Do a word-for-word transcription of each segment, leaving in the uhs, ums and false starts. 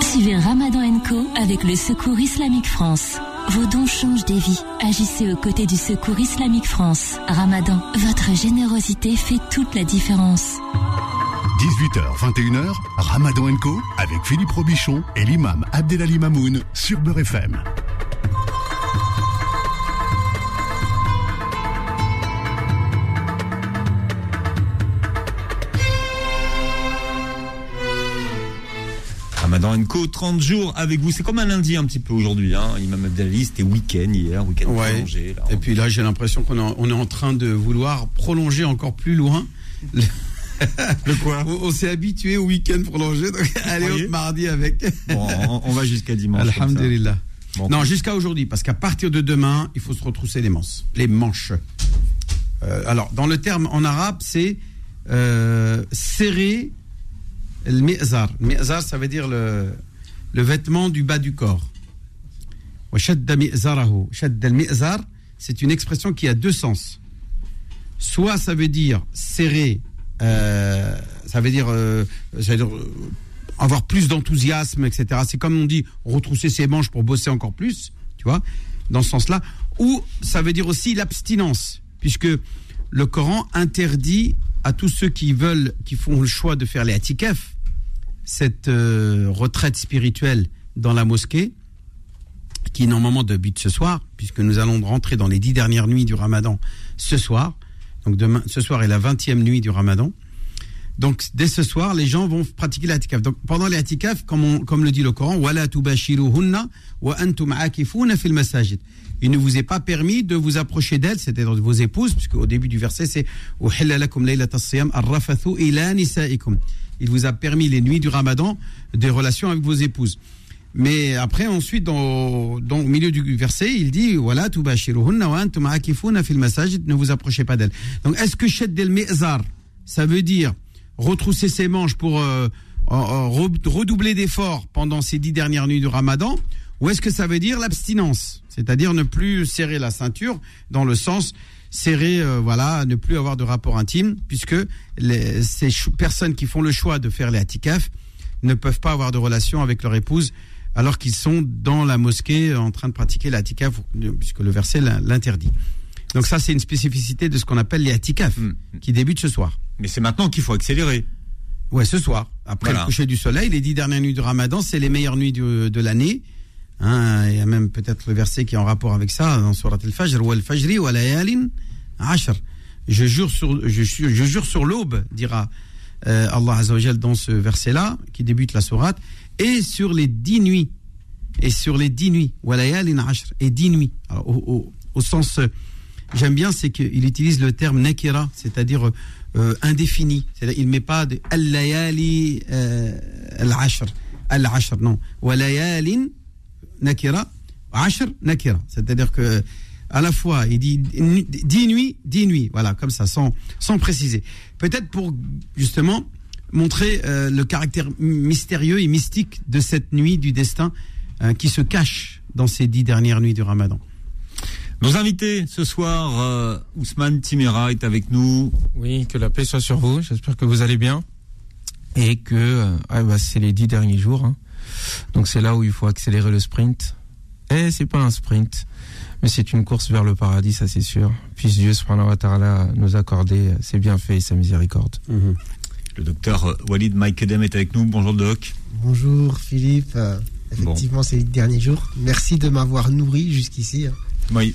Suivez Ramadan and Co avec le Secours Islamique France. Vos dons changent des vies. Agissez aux côtés du Secours Islamique France. Ramadan, votre générosité fait toute la différence. dix-huit heures vingt et une heures, Ramadan and Co avec Philippe Robichon et l'imam Abdelali Mamoun sur Beurre F M. Ramadan and Co, trente jours avec vous. C'est comme un lundi un petit peu aujourd'hui. Hein. Imam Abdelali, c'était week-end hier, week-end ouais. prolongé. Là. Et puis là, j'ai l'impression qu'on est, on est en train de vouloir prolonger encore plus loin. Le, le quoi on, on s'est habitué au week-end prolongé. Donc allez, hop, mardi avec. Bon, on, on va jusqu'à dimanche. Alhamdulillah. Bon, non, jusqu'à aujourd'hui, parce qu'à partir de demain, il faut se retrousser les manches. Les manches. Euh, alors, dans le terme en arabe, c'est euh, serrer. Le mi'zar. Le mi'zar, ça veut dire le, le vêtement du bas du corps. Shadda mi'zarahu. Shadda al-mi'zar, c'est une expression qui a deux sens. Soit ça veut dire serrer, euh, ça veut dire, euh, ça veut dire euh, avoir plus d'enthousiasme, et cetera. C'est comme on dit, retrousser ses manches pour bosser encore plus, tu vois, dans ce sens-là. Ou ça veut dire aussi l'abstinence, puisque le Coran interdit à tous ceux qui veulent, qui font le choix de faire les atikaf, cette euh, retraite spirituelle dans la mosquée, qui normalement débute ce soir, puisque nous allons rentrer dans les dix dernières nuits du Ramadan ce soir. Donc demain, ce soir est la vingtième nuit du Ramadan. Donc dès ce soir, les gens vont pratiquer l'atikaf. Donc pendant les atikaf, comme, on, comme le dit le Coran, wala tubashiruhunna wa antum aakifuna fil masajid. Il ne vous est pas permis de vous approcher d'elles, c'est-à-dire de vos épouses, puisque au début du verset c'est uhilla lakum laylat as-siyam ar-rafathu ila nisaikum. Il vous a permis les nuits du Ramadan des relations avec vos épouses. Mais après, ensuite, dans, dans, au milieu du verset, il dit voilà, tubashiruhunna wa antum aakifuna fil masajid, ne vous approchez pas d'elles. Donc, est-ce que shadd al-mi'zar, ça veut dire retrousser ses manches pour euh, redoubler d'efforts pendant ces dix dernières nuits du Ramadan, ou est-ce que ça veut dire l'abstinence, c'est-à-dire ne plus serrer la ceinture dans le sens serrer, euh, voilà, ne plus avoir de rapport intime, puisque les, ces ch- personnes qui font le choix de faire les atikaf ne peuvent pas avoir de relation avec leur épouse alors qu'ils sont dans la mosquée en train de pratiquer l'atikaf, puisque le verset l'interdit. Donc ça, c'est une spécificité de ce qu'on appelle les atikaf, mmh. qui débute ce soir. Mais c'est maintenant qu'il faut accélérer. Ouais, ce soir. Après voilà. Le coucher du soleil, les dix dernières nuits du Ramadan, c'est les meilleures nuits du, de l'année. Hein, il y a même peut-être le verset qui est en rapport avec ça dans Surat al-Fajr, wa al-Fajri wa layalin ashr. Je jure sur, je, je jure sur l'aube, dira euh, Allah Azza wa Jal dans ce verset-là, qui débute la sourate, et sur les dix nuits, et sur les dix nuits, wa layalin ashr, et dix nuits. Alors, au, au, au sens, euh, j'aime bien, c'est qu'il utilise le terme nakira, c'est-à-dire euh, indéfini. C'est-à-dire, il ne met pas de al-layali euh, al-ashr, al-ashr, non. Wa layalin nakira, ashr nakira. C'est-à-dire que à la fois, il dit dix nuits, dix nuits, voilà, comme ça, sans, sans préciser. Peut-être pour, justement, montrer euh, le caractère mystérieux et mystique de cette nuit du destin euh, qui se cache dans ces dix dernières nuits du Ramadan. Nos invités ce soir, euh, Ousmane Timéra est avec nous. Oui, que la paix soit sur vous, j'espère que vous allez bien. Et que euh, ah bah, c'est les dix derniers jours, hein. Donc c'est là où il faut accélérer le sprint. Et c'est pas un sprint, mais c'est une course vers le paradis, ça c'est sûr. Puisse Dieu subhanahu wa ta'ala nous accorder ses bienfaits et sa miséricorde. Mmh. Le docteur Walid Maïkedem est avec nous. Bonjour Doc. Bonjour Philippe. Euh, effectivement, bon. C'est les derniers jours. Merci de m'avoir nourri jusqu'ici. Oui.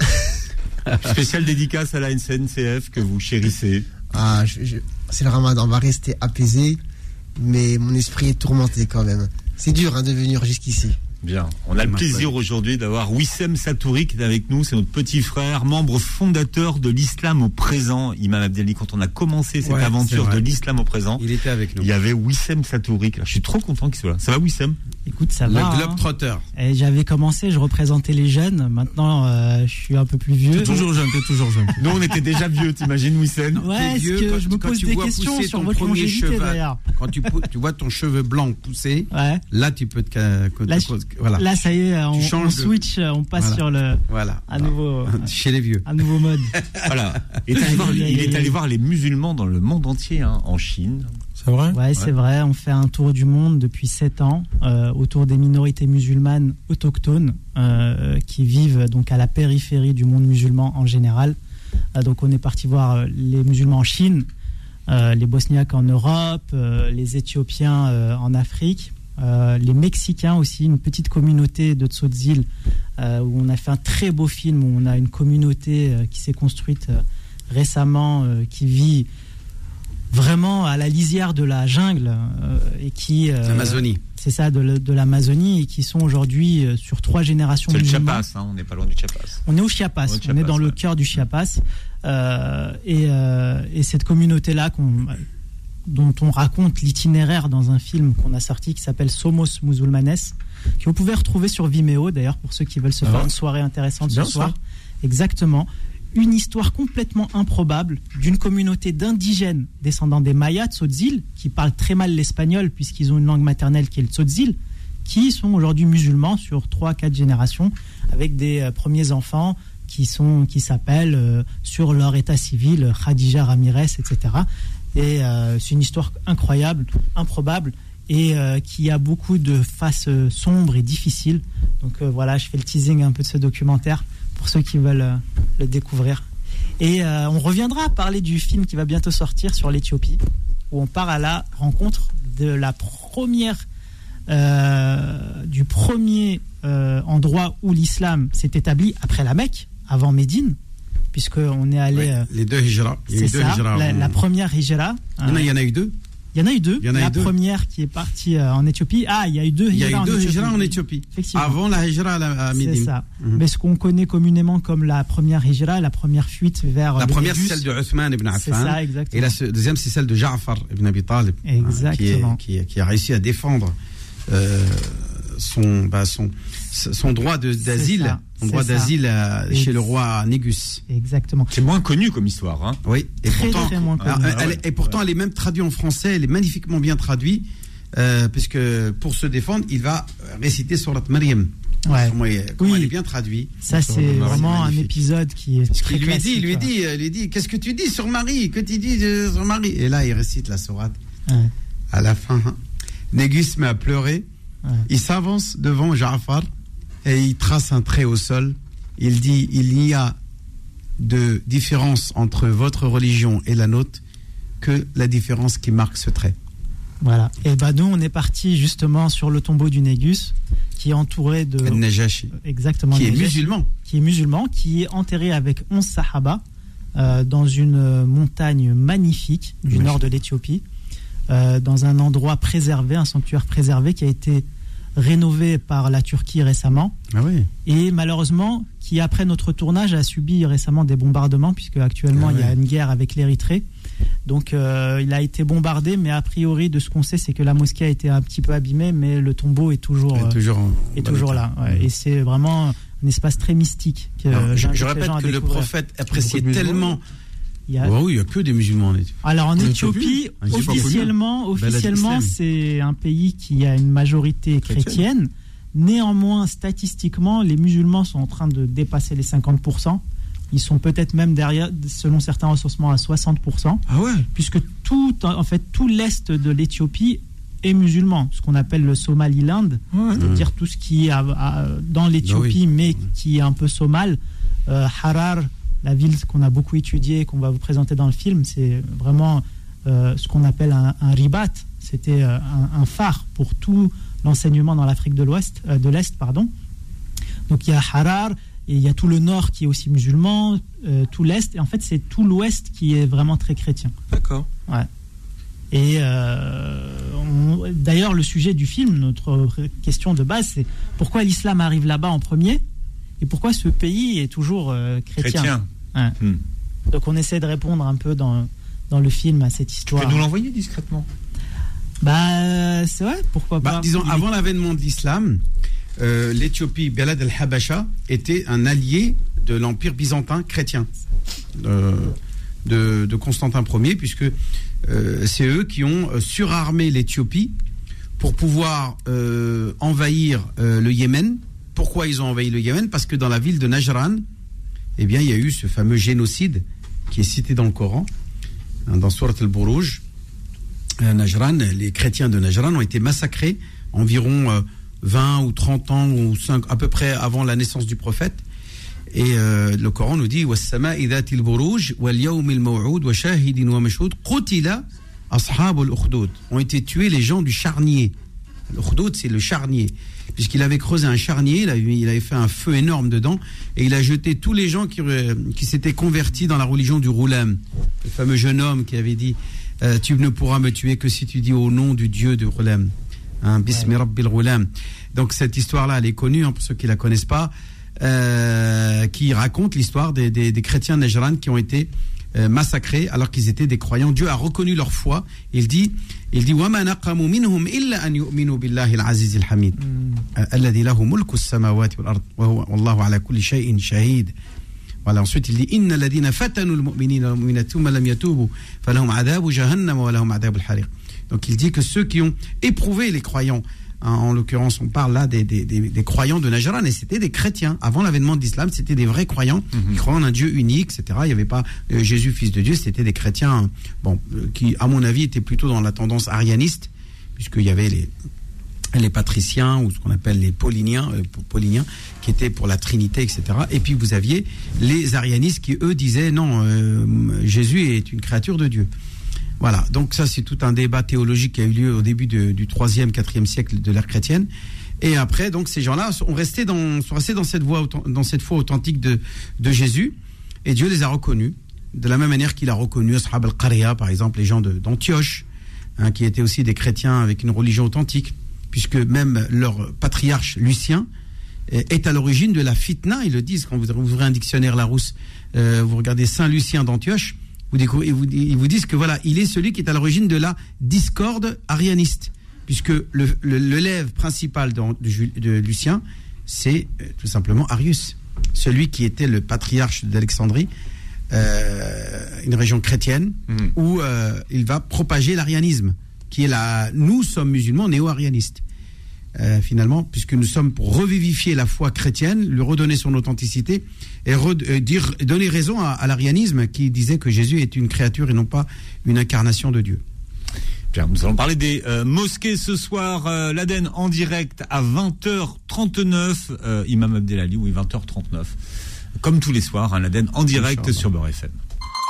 Spéciale dédicace à la N C F que vous chérissez. Ah, je, je, c'est le Ramadan, on va rester apaisé, mais mon esprit est tourmenté quand même. C'est dur hein, de venir jusqu'ici. Bien, on a le plaisir aujourd'hui d'avoir Wissem Satouri qui est avec nous, c'est notre petit frère, membre fondateur de l'islam au présent. Imam Abdelali, quand on a commencé cette ouais, aventure de l'islam au présent, il était avec nous. Il y avait Wissem Satouri. Je suis trop content qu'il soit là. Ça va Wissem ? Écoute, ça le va. Le Globetrotter. Hein. J'avais commencé, je représentais les jeunes. Maintenant, euh, je suis un peu plus vieux. T'es toujours jeune, t'es toujours jeune. Nous, on était déjà vieux, t'imagines Wissem ? Ouais, est-ce que quand, je me pose des questions sur votre longévité d'ailleurs. Quand tu, tu vois ton cheveu blanc pousser, ouais. là tu peux te, te, là, te voilà. Là, ça y est, on, on switch, de... on passe voilà. sur le. Voilà. À nouveau. Chez les vieux. Un nouveau mode. Voilà. Il est allé voir, il est allé voir les musulmans dans le monde entier, hein, en Chine. C'est vrai ? Ouais, ouais, c'est vrai. On fait un tour du monde depuis sept ans euh, autour des minorités musulmanes autochtones euh, qui vivent donc à la périphérie du monde musulman en général. Euh, donc, on est parti voir euh, les musulmans en Chine, euh, les Bosniaques en Europe, euh, les Éthiopiens euh, en Afrique. Euh, les Mexicains aussi, une petite communauté de Tzotzil euh, où on a fait un très beau film, où on a une communauté euh, qui s'est construite euh, récemment, euh, qui vit vraiment à la lisière de la jungle euh, et qui... Euh, L'Amazonie. C'est ça, de, de l'Amazonie, et qui sont aujourd'hui euh, sur trois générations c'est musulmanes. Le Chiapas, hein, on n'est pas loin du Chiapas. On est au Chiapas, on, Chiapas, on est dans ouais. le cœur du Chiapas. Euh, et, euh, et cette communauté-là qu'on... dont on raconte l'itinéraire dans un film qu'on a sorti qui s'appelle Somos Musulmanes, que vous pouvez retrouver sur Vimeo d'ailleurs pour ceux qui veulent se ah faire ouais. une soirée intéressante Bien ce soir. Ça. Exactement. Une histoire complètement improbable d'une communauté d'indigènes descendants des Mayas Tzotzil, qui parlent très mal l'espagnol puisqu'ils ont une langue maternelle qui est le Tzotzil, qui sont aujourd'hui musulmans sur trois à quatre générations, avec des euh, premiers enfants qui, sont, qui s'appellent euh, sur leur état civil Khadija Ramirez, et cetera. Et euh, c'est une histoire incroyable, improbable, et euh, qui a beaucoup de faces euh, sombres et difficiles. Donc euh, voilà, je fais le teasing un peu de ce documentaire pour ceux qui veulent euh, le découvrir. Et euh, on reviendra parler du film qui va bientôt sortir sur l'Éthiopie, où on part à la rencontre de la première, euh, du premier euh, endroit où l'islam s'est établi après la Mecque, avant Médine. Puisqu'on est allé. Ouais, euh, les deux hijras. C'est ça, la, la première hijra. Il y en a, il y en a eu deux. Il y en a eu deux. Il y en a la eu deux. première qui est partie euh, en Éthiopie. Ah, il y a eu deux hijras en Éthiopie. Il y a eu deux hijras en Éthiopie. Effectivement. Avant la hijra à, à Médine. C'est ça. Mm-hmm. Mais ce qu'on connaît communément comme la première hijra, la première fuite vers. La le première, Négus. c'est celle de Uthman ibn Affan. C'est ça, exactement. Et la deuxième, c'est celle de Ja'far ibn Abi Talib. Exactement. Qui, est, qui, qui a réussi à défendre euh, son, bah, son, son droit de, d'asile. Son droit c'est d'asile à, chez le roi Négus. Exactement. C'est moins connu comme histoire. Hein. Oui, et très, pourtant, très moins connu. Alors, elle, elle, et pourtant, elle est même traduite en français, elle est magnifiquement bien traduite, euh, puisque pour se défendre, il va réciter Surat Maryam. Ouais. Comment, comment oui. elle est bien traduite. Ça, c'est Marie, vraiment magnifique. Un épisode qui est Parce très qu'il lui classique, dit, lui ouais. dit, lui dit, qu'est-ce que tu dis sur Marie? Que tu dis sur Marie? Et là, il récite la sourate. Ouais. À la fin, Négus met à pleurer. Ouais. Il s'avance devant Ja'far et il trace un trait au sol. Il dit, il n'y a de différence entre votre religion et la nôtre que la différence qui marque ce trait. Voilà. Et bah nous, on est parti justement sur le tombeau du Négus, qui est entouré de... Le Najashi. Exactement. Qui est Najashi, musulman. Qui est musulman, qui est enterré avec onze sahaba euh, dans une montagne magnifique du oui. nord de l'Éthiopie, euh, dans un endroit préservé, un sanctuaire préservé qui a été rénové par la Turquie récemment. Ah oui. Et malheureusement, qui après notre tournage a subi récemment des bombardements, puisque actuellement ah oui. il y a une guerre avec l'Érythrée. Donc euh, il a été bombardé, mais a priori de ce qu'on sait, c'est que la mosquée a été un petit peu abîmée, mais le tombeau est toujours, est toujours, en, est toujours là. Ouais. Mmh. Et c'est vraiment un espace très mystique. Que Alors, je, je répète que le prophète appréciait tellement... Il y a... oh oui, il n'y a que des musulmans en Éthiopie. Alors en Éthiopie, officiellement, officiellement c'est un pays qui a une majorité chrétienne. chrétienne. Néanmoins, statistiquement, les musulmans sont en train de dépasser les cinquante pour cent. Ils sont peut-être même derrière, selon certains recensements, à soixante pour cent. Ah ouais. Puisque tout, en fait, tout l'est de l'Éthiopie est musulman, ce qu'on appelle le Somaliland, ouais. c'est-à-dire tout ce qui est à, à, dans l'Éthiopie, bah oui. mais qui est un peu somal. Euh, Harar, la ville qu'on a beaucoup étudiée, qu'on va vous présenter dans le film, c'est vraiment euh, ce qu'on appelle un, un ribat. C'était euh, un, un phare pour tout l'enseignement dans l'Afrique de l'Ouest, euh, de l'Est, pardon. Donc il y a Harar et il y a tout le nord qui est aussi musulman, euh, tout l'Est, et en fait c'est tout l'Ouest qui est vraiment très chrétien. D'accord. Ouais. Et euh, on, d'ailleurs le sujet du film, notre question de base, c'est pourquoi l'islam arrive là-bas en premier et pourquoi ce pays est toujours euh, chrétien. Chrétien. Ouais. Hmm. Donc on essaie de répondre un peu dans, dans le film à cette histoire. Tu peux nous l'envoyer discrètement? Bah c'est vrai, pourquoi bah, pas. Disons, Il avant est... l'avènement de l'islam, euh, l'Éthiopie, Belad el-Habasha, était un allié de l'Empire byzantin chrétien de, de, de Constantin Ier, puisque euh, c'est eux qui ont surarmé l'Éthiopie pour pouvoir euh, envahir euh, le Yémen. Pourquoi ils ont envahi le Yémen? Parce que dans la ville de Najran, eh bien, il y a eu ce fameux génocide qui est cité dans le Coran, hein, dans Surat al-Buruj. Euh, Najran, les chrétiens de Najran ont été massacrés environ euh, vingt ou trente ans, ou cinq, à peu près avant la naissance du prophète. Et euh, le Coran nous dit وَالسَّمَاءِ ذَاتِ الْبُرُوجِ وَالْيَوْمِ الْمَوْعُودِ وَشَاهِدٍ وَمَشْهُودٍ قُتِلَ أَصْحَابُ الْأُخْدُودِ. Ont été tués les gens du charnier. L'Ukhdoud, c'est le charnier. Puisqu'il avait creusé un charnier, il avait, il avait fait un feu énorme dedans, et il a jeté tous les gens qui, qui s'étaient convertis dans la religion du Roulam. Le fameux jeune homme qui avait dit euh, tu ne pourras me tuer que si tu dis au nom du Dieu du Roulam. Hein, Bismi Rabbil Roulam. Donc cette histoire-là, elle est connue, hein, pour ceux qui ne la connaissent pas, euh, qui raconte l'histoire des, des, des chrétiens de Najran qui ont été euh, massacrés alors qu'ils étaient des croyants. Dieu a reconnu leur foi. Il dit Il dit وَمَا نَقَمُوا مِنْهُمْ إِلَّا أَنْ يُؤْمِنُوا بِاللَّهِ الْعَزِيزِ الْحَمِيدِ الَّذِي لَهُ مُلْكُ السَّمَاوَاتِ وَالْأَرْضِ وَاللَّهُ عَلَى كُلِّ شَيْءٍ شَهِيدٌ. Voilà, ensuite il dit إِنَّ الَّذِينَ فَتَنُوا الْمُؤْمِنِينَ وَالْمُؤْمِنَاتِ ثُمَّ لَمْ يَتُوبُوا فَلَهُمْ عَذَابُ جَهَنَّمَ وَلَهُمْ عَذَابُ الْحَرِيقِ. Donc il dit que ceux qui ont éprouvé les croyants, hein, en l'occurrence on parle là des, des, des, des croyants de Najran, et c'était des chrétiens. Avant l'avènement de l'islam, c'était des vrais croyants, mm-hmm. qui croyaient en un Dieu unique, et cetera. Il n'y avait pas euh, Jésus, fils de Dieu, c'était des chrétiens, bon, euh, qui à mon avis étaient plutôt dans la tendance arianiste, puisqu'il y avait les, les patriciens, ou ce qu'on appelle les pauliniens, euh, pauliniens, qui étaient pour la Trinité, et cetera. Et puis vous aviez les arianistes qui, eux, disaient non, euh, Jésus est une créature de Dieu. Voilà, donc ça c'est tout un débat théologique qui a eu lieu au début de, du troisième, quatrième siècle de l'ère chrétienne. Et après, donc ces gens-là sont restés dans, sont restés dans cette voie, dans cette foi authentique de, de Jésus, et Dieu les a reconnus, de la même manière qu'il a reconnu Ashab al-Qaria, par exemple, les gens de, d'Antioche, hein, qui étaient aussi des chrétiens avec une religion authentique, puisque même leur patriarche Lucien est à l'origine de la fitna. Ils le disent quand vous ouvrez un dictionnaire Larousse, euh, vous regardez Saint Lucien d'Antioche. Vous découvrez, ils, vous, ils vous disent que voilà, il est celui qui est à l'origine de la discorde arianiste, puisque le, le, l'élève principal de, de, de Lucien, c'est euh, tout simplement Arius, celui qui était le patriarche d'Alexandrie, euh, une région chrétienne, mmh. où euh, il va propager l'arianisme, qui est la. Nous sommes musulmans néo-arianistes. Euh, finalement, puisque nous sommes pour revivifier la foi chrétienne, lui redonner son authenticité et re, euh, dire, donner raison à, à l'arianisme qui disait que Jésus est une créature et non pas une incarnation de Dieu. Bien, nous allons parler des euh, mosquées ce soir. Euh, L'Aden en direct à vingt heures trente-neuf, euh, Imam Abdelali, oui, vingt heures trente-neuf. Comme tous les soirs, hein, l'Aden en direct Inch'Allah. Sur Beurre F M.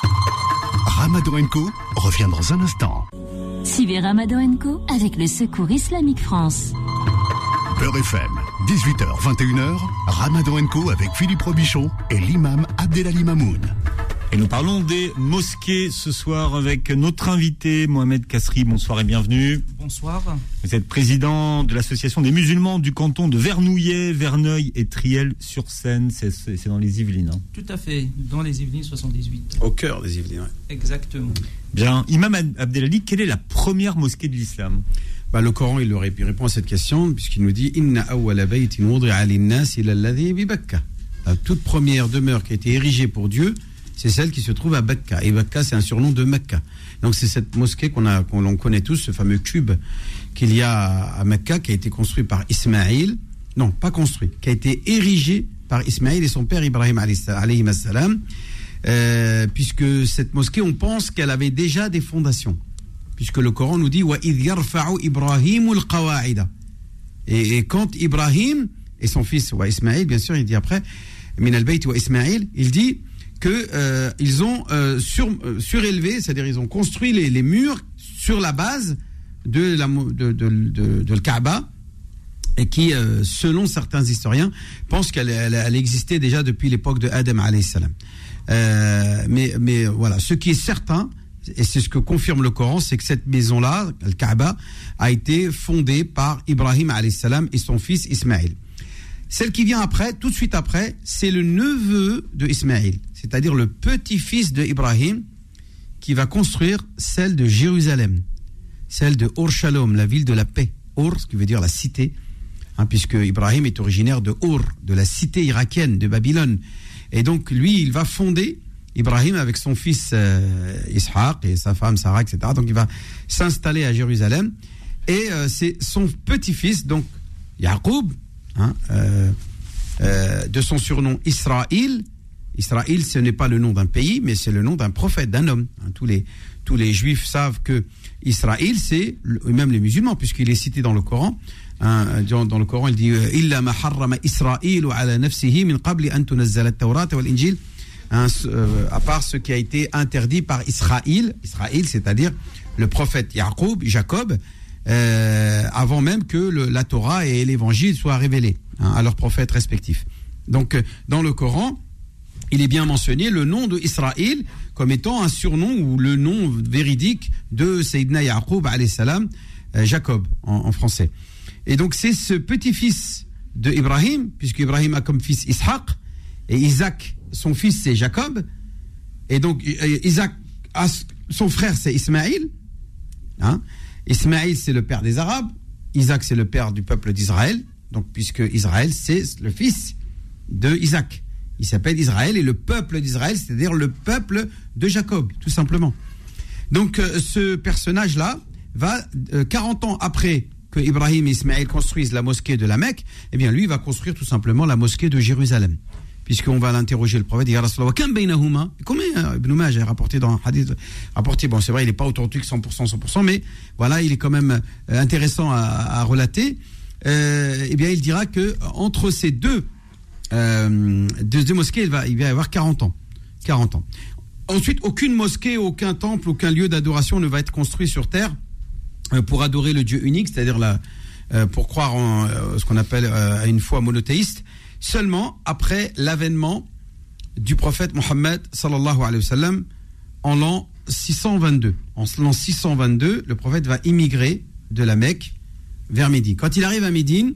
Ramadan and Co revient dans un instant. Suivez Ramadan and Co avec le Secours Islamique France. Beurre F M, dix-huit heures vingt et une heures, Ramadan and Co avec Philippe Robichon et l'imam Abdelali Mamoun. Et nous parlons des mosquées ce soir avec notre invité Mohamed Kassri. Bonsoir et bienvenue. Bonsoir. Vous êtes président de l'association des musulmans du canton de Vernouillet, Verneuil et Triel-sur-Seine. C'est, c'est, c'est dans les Yvelines. Hein. Tout à fait, dans les Yvelines soixante-dix-huit. Au cœur des Yvelines, ouais. Exactement. Bien. Imam Abdelali, quelle est la première mosquée de l'islam ? Bah, le Coran, il, il répond à cette question, puisqu'il nous dit Inna awwala baytin wudi'a lin-nas ila alladhi bi Bakka. La toute première demeure qui a été érigée pour Dieu, c'est celle qui se trouve à Bakka. Et Bakka, c'est un surnom de Mecca. Donc c'est cette mosquée qu'on a, qu'on l'on connaît tous, ce fameux cube qu'il y a à Mecca, qui a été construit par Ismaïl. Non, pas construit, qui a été érigé par Ismaïl et son père Ibrahim alayhi salam. Euh, puisque cette mosquée, on pense qu'elle avait déjà des fondations. Puisque le Coran nous dit wa idh yarfa'u Ibrahimul qawa'ida. Et, et quand Ibrahim et son fils wa Ismaïl, bien sûr, il dit après min al-bayt wa Ismaïl, il dit que euh, ils ont euh, sur, euh, surélevé, c'est-à-dire ils ont construit les, les murs sur la base de la de de de, de le Kaaba, et qui, euh, selon certains historiens, pensent qu'elle elle, elle existait déjà depuis l'époque de Adam alayhi salam. Euh, mais mais voilà, ce qui est certain, et c'est ce que confirme le Coran, c'est que cette maison-là, le Kaaba, a été fondée par Ibrahim alayhi salam et son fils Ismaïl. Celle qui vient après, tout de suite après, c'est le neveu de Ismaïl, c'est-à-dire le petit-fils de Ibrahim, qui va construire celle de Jérusalem, celle de Ur Shalom, la ville de la paix. Ur, ce qui veut dire la cité, hein, puisque Ibrahim est originaire de Ur, de la cité irakienne de Babylone. Et donc lui, il va fonder Ibrahim avec son fils euh, Ishaq et sa femme Sarah, et cetera. Donc il va s'installer à Jérusalem. Et euh, c'est son petit-fils, donc Yaqub, hein, euh, euh, de son surnom Israël. Israël, ce n'est pas le nom d'un pays, mais c'est le nom d'un prophète, d'un homme. Hein, tous les tous les juifs savent que Israël, c'est, même les musulmans, puisqu'il est cité dans le Coran. Hein, dans, dans le Coran, il dit Illa ma harrama Israël ala nafsihi min qabli an tunazzala at-Tawrat wal Injil. Hein, euh, à part ce qui a été interdit par Israël, Israël, c'est-à-dire le prophète Yaqub, Jacob, euh, avant même que le, la Torah et l'Évangile soient révélés, hein, à leurs prophètes respectifs. Donc, euh, dans le Coran, il est bien mentionné le nom de Israël comme étant un surnom ou le nom véridique de Sayyidina Yaqub alayhi salam, euh, Jacob en, en français. Et donc c'est ce petit-fils de Ibrahim, puisque Ibrahim a comme fils Ishaq, et Isaac, son fils c'est Jacob, et donc Isaac a, son frère c'est Ismaïl, hein. Ismaïl c'est le père des Arabes, Isaac c'est le père du peuple d'Israël, donc puisque Israël c'est le fils de Isaac. Il s'appelle Israël et le peuple d'Israël, c'est-à-dire le peuple de Jacob, tout simplement. Donc, euh, ce personnage-là va, euh, quarante ans après que Ibrahim et Ismaël construisent la mosquée de la Mecque, eh bien, lui, il va construire tout simplement la mosquée de Jérusalem. Puisqu'on va l'interroger, le prophète, il dit, Ya Rasulallah, kam baynahuma? Combien euh, Ibn Majah a rapporté dans un hadith, rapporté, bon, c'est vrai, il n'est pas authentique cent pour cent, cent pour cent, mais voilà, il est quand même euh, intéressant à, à relater. Euh, eh bien, il dira que entre ces deux Euh, de deux mosquées, il va, il va y avoir quarante ans. quarante ans. Ensuite, aucune mosquée, aucun temple, aucun lieu d'adoration ne va être construit sur terre euh, pour adorer le Dieu unique, c'est-à-dire la, euh, pour croire en euh, ce qu'on appelle euh, une foi monothéiste, seulement après l'avènement du prophète Mohammed sallallahu alayhi wa sallam en l'an six cent vingt-deux. En l'an six cent vingt-deux, le prophète va immigrer de la Mecque vers Médine. Quand il arrive à Médine,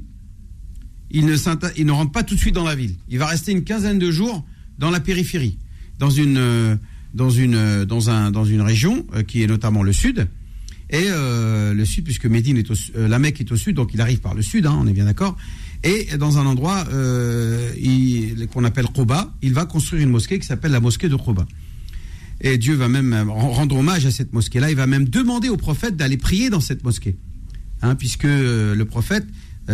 Il ne, il ne rentre pas tout de suite dans la ville. Il va rester une quinzaine de jours dans la périphérie, dans une, dans une, dans un, dans une région euh, qui est notamment le sud. Et euh, le sud, puisque Médine est au, euh, la Mecque est au sud, donc il arrive par le sud, hein, on est bien d'accord. Et dans un endroit euh, il, qu'on appelle Quba, il va construire une mosquée qui s'appelle la mosquée de Quba. Et Dieu va même rendre hommage à cette mosquée-là. Il va même demander au prophète d'aller prier dans cette mosquée, hein, puisque euh, le prophète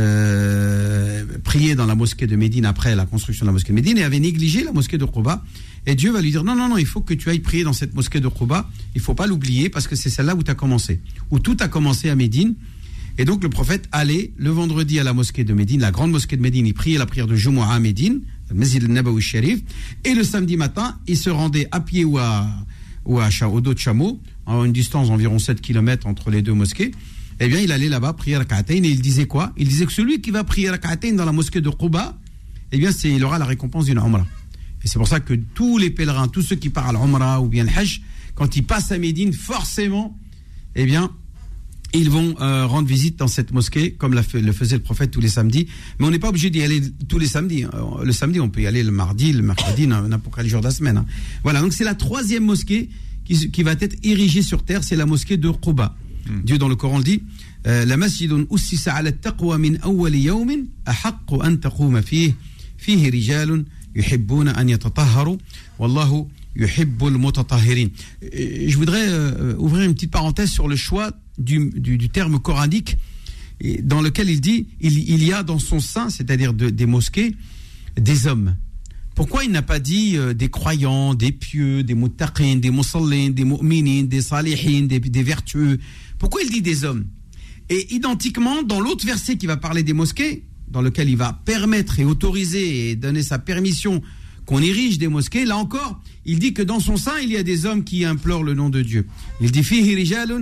Euh, prier dans la mosquée de Médine après la construction de la mosquée de Médine et avait négligé la mosquée de Quba, et Dieu va lui dire non, non, non, il faut que tu ailles prier dans cette mosquée de Quba, il ne faut pas l'oublier parce que c'est celle-là où tu as commencé, où tout a commencé à Médine. Et donc le prophète allait le vendredi à la mosquée de Médine, la grande mosquée de Médine, il priait la prière de Jumu'ah à Médine, le Masjid al-Nabawi Sharif, et le samedi matin il se rendait à pied ou, à, ou à, au dos de chameau, à une distance d'environ sept kilomètres entre les deux mosquées. Eh bien, il allait là-bas prier rak'atayn, et il disait quoi? Il disait que celui qui va prier rak'atayn dans la mosquée de Quba, eh bien, c'est, il aura la récompense d'une umrah. Et c'est pour ça que tous les pèlerins, tous ceux qui partent à l'umrah ou bien le hajj, quand ils passent à Médine, forcément, eh bien, ils vont euh, rendre visite dans cette mosquée, comme la, le faisait le prophète tous les samedis. Mais on n'est pas obligé d'y aller tous les samedis. Le samedi, on peut y aller le mardi, le mercredi, n'importe quel jour de la semaine. Hein. Voilà, donc c'est la troisième mosquée qui, qui va être érigée sur terre, c'est la mosquée de Quba. Dieu dans le Coran dit la masjidun ussisa ala at-taqwa min awwal yawmin ahaqqu an taquma fihi fihi rijalun yuhibbuna an yatatahharu wallahu yuhibbul mutatahhirin. Je voudrais euh, ouvrir une petite parenthèse sur le choix du, du, du terme coranique dans lequel il dit il, il y a dans son sein, c'est-à-dire de, des mosquées, des hommes. Pourquoi il n'a pas dit euh, des croyants, des pieux, des muttaqin, des musallin, des mu'minin, des salihin, des, des vertueux? Pourquoi il dit des hommes? Et identiquement, dans l'autre verset qui va parler des mosquées, dans lequel il va permettre et autoriser et donner sa permission qu'on érige des mosquées, là encore, il dit que dans son sein, il y a des hommes qui implorent le nom de Dieu. Il dit fihi rijalun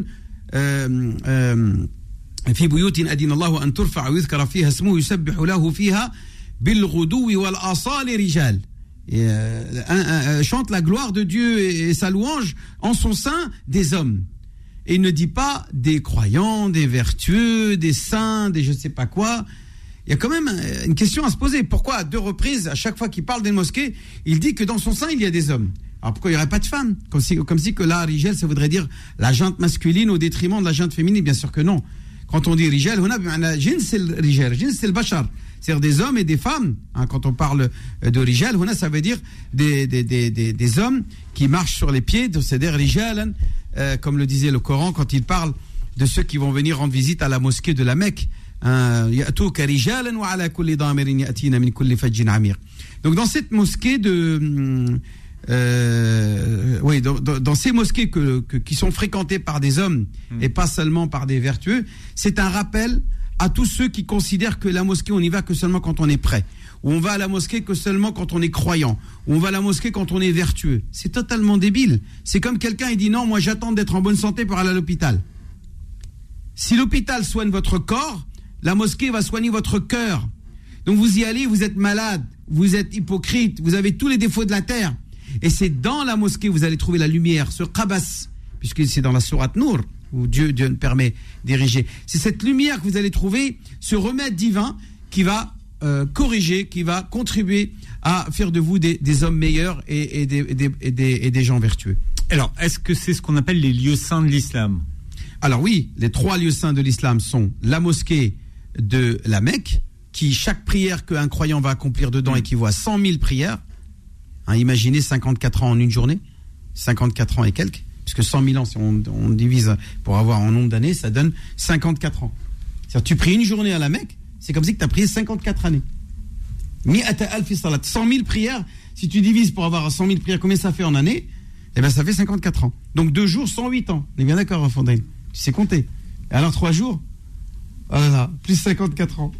fi buyutin adina Allahu an turfa'a wa yuzkara fiha ismuhu yusabbihu lahu fiha bil ghuduwi wal asali rijal. Et euh, un, un, chante la gloire de Dieu et, et sa louange en son sein des hommes. Et il ne dit pas des croyants, des vertueux, des saints, des je ne sais pas quoi. Il y a quand même une question à se poser. Pourquoi à deux reprises, à chaque fois qu'il parle des mosquées, il dit que dans son sein, il y a des hommes? Alors pourquoi il n'y aurait pas de femmes? Comme si, comme si que là, rijal, ça voudrait dire la jante masculine au détriment de la jante féminine. Bien sûr que non. Quand on dit rijal, on a jins c'est le rijal, jins c'est le bachar. C'est-à-dire des hommes et des femmes. Hein, quand on parle de rijal, ça veut dire des, des, des, des, des hommes qui marchent sur les pieds, c'est-à-dire rijal, euh, comme le disait le Coran quand il parle de ceux qui vont venir rendre visite à la mosquée de la Mecque. Donc dans cette mosquée de euh, oui, dans, dans, dans ces mosquées que, que, qui sont fréquentées par des hommes mmh. et pas seulement par des vertueux, c'est un rappel à tous ceux qui considèrent que la mosquée on y va que seulement quand on est prêt, ou on va à la mosquée que seulement quand on est croyant, ou on va à la mosquée quand on est vertueux. C'est totalement débile. C'est comme quelqu'un il dit non, moi j'attends d'être en bonne santé pour aller à l'hôpital. Si l'hôpital soigne votre corps, la mosquée va soigner votre cœur. Donc vous y allez, vous êtes malade, vous êtes hypocrite, vous avez tous les défauts de la terre. Et c'est dans la mosquée que vous allez trouver la lumière, ce qabas, puisque c'est dans la sourate Nour, où Dieu, Dieu nous permet d'ériger. C'est cette lumière que vous allez trouver, ce remède divin qui va euh, corriger, qui va contribuer à faire de vous des, des hommes meilleurs et, et, des, et, des, et, des, et des gens vertueux. Alors, est-ce que c'est ce qu'on appelle les lieux saints de l'islam ? Alors oui, les trois lieux saints de l'islam sont la mosquée de la Mecque, qui chaque prière qu'un croyant va accomplir dedans mmh. équivaut à cent mille prières. Hein, imaginez cinquante-quatre ans en une journée, cinquante-quatre ans et quelques, puisque cent mille ans, si on, on divise pour avoir un nombre d'années, ça donne cinquante-quatre ans. C'est-à-dire tu pries une journée à la Mecque, c'est comme si tu as prié cinquante-quatre années. cent mille prières, si tu divises pour avoir cent mille prières, combien ça fait en année ? Eh bien ça fait cinquante-quatre ans. Donc deux jours, cent huit ans. On est bien d'accord, Fondaine ? Tu sais compter. Et alors trois jours ? Voilà, plus cinquante-quatre ans.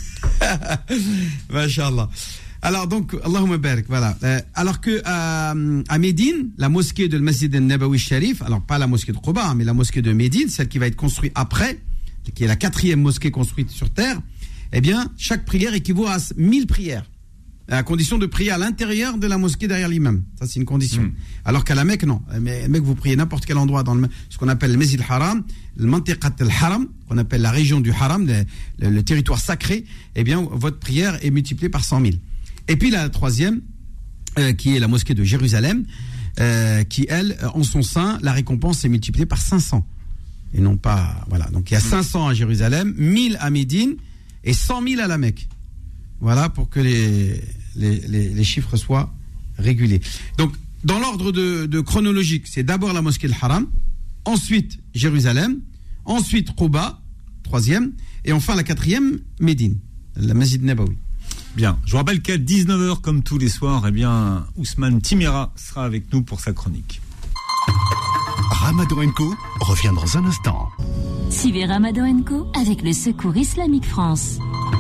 Masha'Allah. Alors donc, Allahumma barik, voilà. Euh, alors que euh, à Médine, la mosquée de Masjid al-Nabawi Sharif, alors pas la mosquée de Quba, hein, mais la mosquée de Médine, celle qui va être construite après, qui est la quatrième mosquée construite sur terre, eh bien, chaque prière équivaut à mille prières, à condition de prier à l'intérieur de la mosquée derrière l'imam. Ça, c'est une condition. Mm. Alors qu'à la Mecque, non. Mais Mecque, vous priez n'importe quel endroit dans le, ce qu'on appelle le Masjid al-Haram, le Mantiqat al-Haram, qu'on appelle la région du Haram, le, le, le territoire sacré, eh bien, votre prière est multipliée par cent mille. Et puis la troisième, euh, qui est la mosquée de Jérusalem, euh, qui, elle, en son sein, la récompense est multipliée par cinq cents. Et non pas... Voilà. Donc il y a cinq cents à Jérusalem, mille à Médine et cent mille à la Mecque. Voilà, pour que les, les, les, les chiffres soient régulés. Donc, dans l'ordre de, de chronologique, c'est d'abord la mosquée al-Haram, ensuite Jérusalem, ensuite Quba, troisième, et enfin la quatrième, Médine, la Masjid Nabawi. Bien, je vous rappelle qu'à dix-neuf heures, comme tous les soirs, eh bien, Ousmane Timera sera avec nous pour sa chronique. Ramadan and Co revient dans un instant. Suivez Ramadan and Co avec le Secours Islamique France.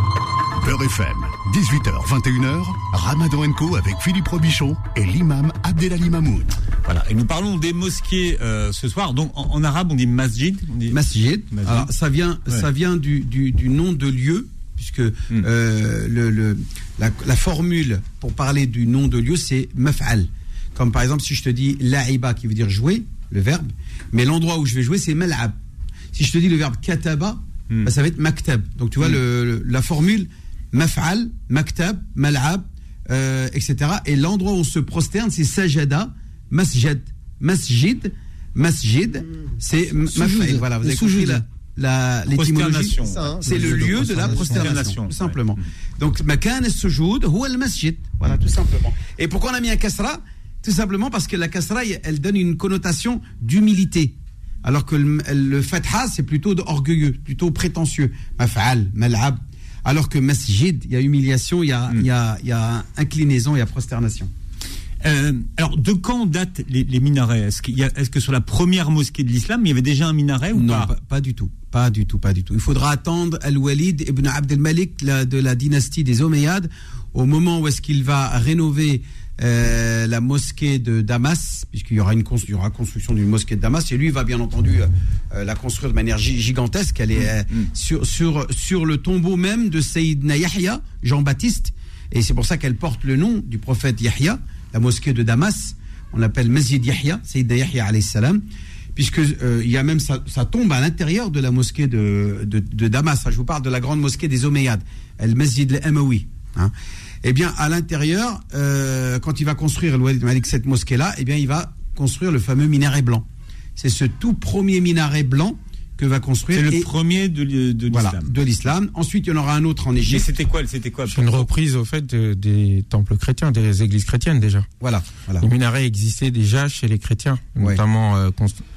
Beurre F M, dix-huit heures vingt et une heures, Ramadan and Co avec Philippe Robichon et l'imam Abdelali Mamoun. Voilà, et nous parlons des mosquées euh, ce soir. Donc en, en arabe, on dit masjid. On dit... Masjid. masjid. Alors ça vient, ouais. ça vient du, du, du nom de lieu, puisque mm. euh, le, le, la, la formule pour parler du nom de lieu, c'est maf'al. Comme par exemple, si je te dis la'iba, qui veut dire jouer, le verbe, mais l'endroit où je vais jouer, c'est mal'ab. Si je te dis le verbe kataba, mm. bah, ça va être maktab. Donc tu vois, mm. le, le, la formule maf'al, maktab, mal'ab, euh, et cetera. Et l'endroit où on se prosterne, c'est sajada, masjid, masjid, masjid, c'est maf'al. Voilà, vous avez compris la, la, l'étymologie. C'est, ça, hein, c'est le, le lieu de la prosternation, tout simplement. Ouais. Donc, makan as-sujud, huwa al-masjid. Voilà, tout simplement. Et pourquoi on a mis un kasra? Tout simplement parce que la kasra, elle donne une connotation d'humilité. Alors que le, le fatha, c'est plutôt orgueilleux, plutôt prétentieux. Maf'al, mal'ab. Alors que masjid, il y a humiliation, il y a, mm. il y a, il y a inclinaison, il y a prosternation. Euh, alors, de quand datent les, les minarets? Est-ce, qu'il y a, est-ce que sur la première mosquée de l'islam, il y avait déjà un minaret ou non, pas? pas pas du tout. Pas du tout, pas du tout. Il faudra attendre Al-Walid ibn Abd al-Malik la, de la dynastie des Omeyyades, au moment où est-ce qu'il va rénover euh, la mosquée de Damas, puisqu'il y aura une il y aura construction d'une mosquée de Damas, et lui va bien entendu euh, la construire de manière gigantesque. Elle est euh, mmh. sur, sur, sur le tombeau même de Sayyidina Yahya, Jean-Baptiste, et c'est pour ça qu'elle porte le nom du prophète Yahya, la mosquée de Damas. On l'appelle Masjid Yahya, Sayyidina Yahya alayhi salam, puisque euh, il y a même sa, sa tombe à l'intérieur de la mosquée de, de, de Damas. Je vous parle de la grande mosquée des Omeyyades, El Masjid al-Amawi. Hein. Eh bien, à l'intérieur, euh, quand il va construire le Walid Malik cette mosquée-là, eh bien, il va construire le fameux minaret blanc. C'est ce tout premier minaret blanc que va construire. C'est le et, premier de, de l'islam. Voilà, de l'islam. Ensuite, il y en aura un autre en Égypte. Mais c'était quoi, c'était quoi C'est une reprise, au fait, de, des temples chrétiens, des églises chrétiennes déjà. Voilà. voilà. Les minarets existaient déjà chez les chrétiens, ouais. notamment euh, const-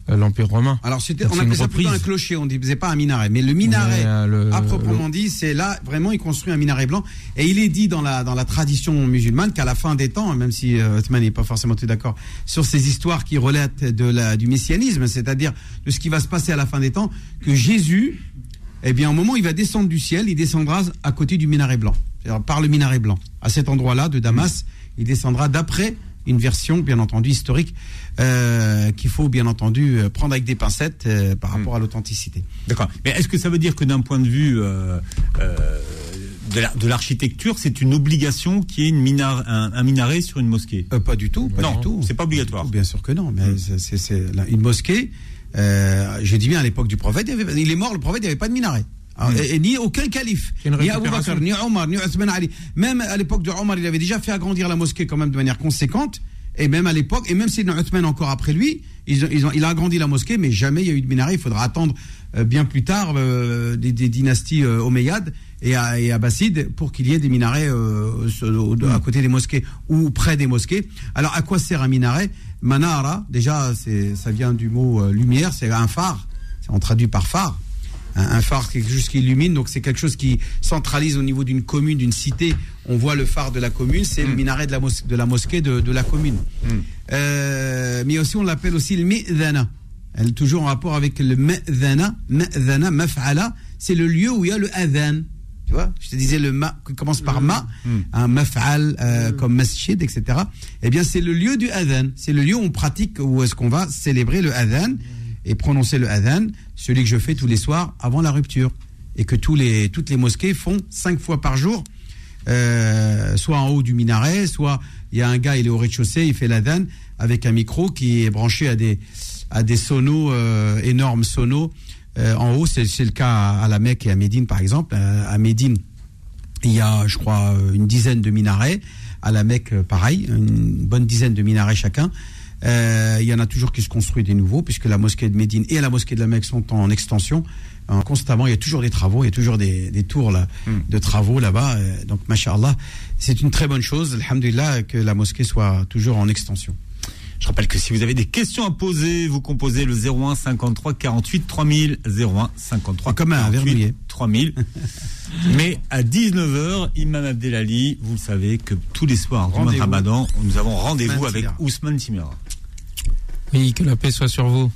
euh, l'Empire romain. Alors c'était, Donc, on c'est appelait une ça plutôt un reprise. clocher, on ne disait pas un minaret. Mais le minaret, Mais, euh, le- à proprement le- dit, c'est là, vraiment, il construit un minaret blanc. Et il est dit dans la, dans la tradition musulmane qu'à la fin des temps, même si euh, Othman n'est pas forcément tout d'accord sur ces histoires qui relatent de la, du messianisme, c'est-à-dire de ce qui va se passer à la fin des temps, que Jésus, eh bien, au moment où il va descendre du ciel, il descendra à côté du minaret blanc. C'est-à-dire par le minaret blanc. À cet endroit-là de Damas, il descendra d'après une version, bien entendu, historique, euh, qu'il faut, bien entendu, euh, prendre avec des pincettes euh, par rapport à l'authenticité. D'accord. Mais est-ce que ça veut dire que d'un point de vue euh, euh, de, la, de l'architecture, c'est une obligation qu'il y ait une minar, un, un minaret sur une mosquée? euh, Pas du tout. Pas Non, du tout. c'est pas obligatoire. Pas du tout, bien sûr que non. Mais c'est, c'est, c'est la- une mosquée, euh, je dis bien à l'époque du prophète, il, y avait, il est mort, le prophète, il n'y avait pas de minaret. Alors, Mm. et, et ni aucun calife, C'est une ni Abu récupération. Bakr, ni Omar, ni Othman Ali. Même à l'époque de Omar, il avait déjà fait agrandir la mosquée quand même de manière conséquente. Et même à l'époque, et même si Othman encore après lui, ils ont, ils ont, il a agrandi la mosquée, mais jamais il y a eu de minaret. Il faudra attendre euh, bien plus tard euh, des, des dynasties euh, omeyyades et, à- et abbassides pour qu'il y ait des minarets euh, sur- au- à côté des mosquées ou près des mosquées. Alors à quoi sert un minaret? Manara, déjà, c'est, ça vient du mot euh, lumière, c'est un phare. On traduit par phare. Un, un phare, c'est quelque chose qui illumine, donc c'est quelque chose qui centralise au niveau d'une commune, d'une cité. On voit le phare de la commune, c'est Mm. le minaret de la, mos- de la mosquée de, de la commune. Mm. Euh, mais aussi, on l'appelle aussi le mi'dhana. Elle est toujours en rapport avec le mi'dhana. Mi'dhana, maf'ala, c'est le lieu où il y a le adhan. Tu vois, je te disais le ma, qui commence par ma, Mm. un maf'al, euh, comme masjid, et cetera. Eh bien, c'est le lieu du adhan. C'est le lieu où on pratique, où est-ce qu'on va célébrer le adhan et prononcer le adhan, celui que je fais tous les soirs avant la rupture. Et que tous les, toutes les mosquées font cinq fois par jour, euh, soit en haut du minaret, soit il y a un gars, il est au rez-de-chaussée, il fait l'adhan avec un micro qui est branché à des, à des sonos, euh, énormes sonos. Euh, en haut, c'est, c'est le cas à, à la Mecque et à Médine, par exemple. Euh, à Médine, il y a, je crois, une dizaine de minarets. À la Mecque, euh, pareil, une bonne dizaine de minarets chacun. Euh, il y en a toujours qui se construisent des nouveaux, puisque la mosquée de Médine et la mosquée de la Mecque sont en extension. Euh, constamment, il y a toujours des travaux, il y a toujours des, des tours là, Mm. de travaux là-bas. Euh, donc, masha'Allah, c'est une très bonne chose, alhamdulillah, que la mosquée soit toujours en extension. Je rappelle que si vous avez des questions à poser, vous composez le zéro un cinquante-trois quarante-huit trois mille, zéro un cinquante-trois C'est comme un quarante-huit verrouillé. trois mille. Mais à dix-neuf heures, Imam Abdelali, vous le savez que tous les soirs du mois de Rendez-vous. Ramadan, nous avons rendez-vous Ousmane avec Timera. Ousmane Timera. Oui, que la paix soit sur vous.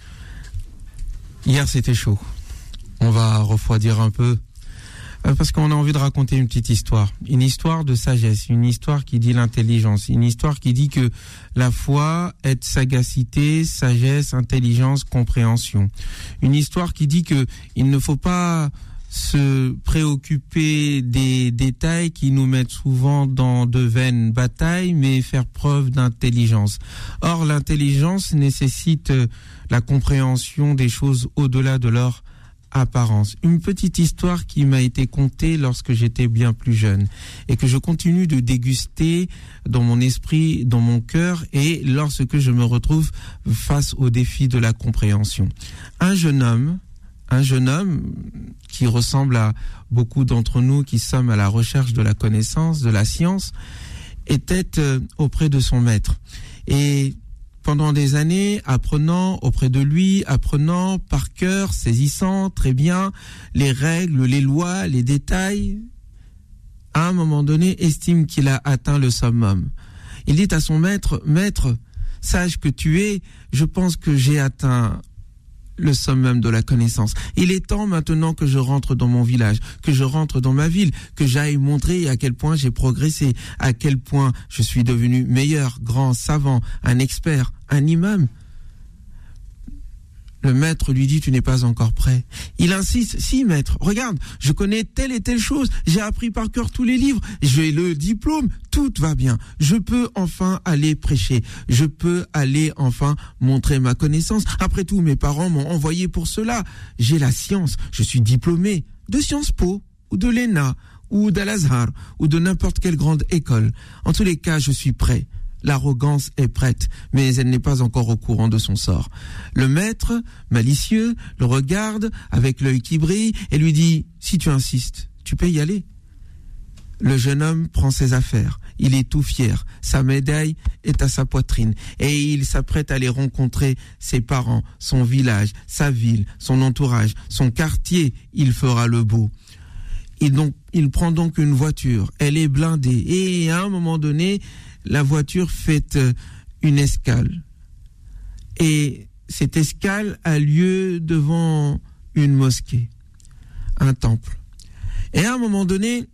Hier, c'était chaud. On va refroidir un peu. euh, Parce qu'on a envie de raconter une petite histoire. Une histoire de sagesse. Une histoire qui dit l'intelligence. Une histoire qui dit que la foi est sagacité, sagesse, intelligence, compréhension. Une histoire qui dit que il ne faut pas se préoccuper des détails qui nous mettent souvent dans de vaines batailles, mais faire preuve d'intelligence. Or, l'intelligence nécessite euh, la compréhension des choses au-delà de leur apparence. Une petite histoire qui m'a été contée lorsque j'étais bien plus jeune et que je continue de déguster dans mon esprit, dans mon cœur et lorsque je me retrouve face au défi de la compréhension. Un jeune homme Un jeune homme qui ressemble à beaucoup d'entre nous qui sommes à la recherche de la connaissance, de la science, était euh, auprès de son maître. Et pendant des années, apprenant auprès de lui, apprenant par cœur, saisissant très bien les règles, les lois, les détails, à un moment donné, estime qu'il a atteint le summum. Il dit à son maître, « Maître, sage que tu es, je pense que j'ai atteint le summum de la connaissance. Il est temps maintenant que je rentre dans mon village, que je rentre dans ma ville, que j'aille montrer à quel point j'ai progressé, à quel point je suis devenu meilleur, grand, savant, un expert, un imam. » Le maître lui dit, tu n'es pas encore prêt. Il insiste, si maître, regarde, je connais telle et telle chose, j'ai appris par cœur tous les livres, j'ai le diplôme, tout va bien. Je peux enfin aller prêcher, je peux aller enfin montrer ma connaissance. Après tout, mes parents m'ont envoyé pour cela. J'ai la science, je suis diplômé de Sciences Po, ou de l'E N A, ou d'Al-Azhar, ou de n'importe quelle grande école. En tous les cas, je suis prêt. L'arrogance est prête, mais elle n'est pas encore au courant de son sort. Le maître, malicieux, le regarde avec l'œil qui brille et lui dit « Si tu insistes, tu peux y aller. » Le jeune homme prend ses affaires. Il est tout fier. Sa médaille est à sa poitrine. Et il s'apprête à aller rencontrer ses parents, son village, sa ville, son entourage, son quartier. Il fera le beau. Il, donc, il prend donc une voiture. Elle est blindée. Et à un moment donné, la voiture fait une escale. Et cette escale a lieu devant une mosquée, un temple. Et à un moment donné,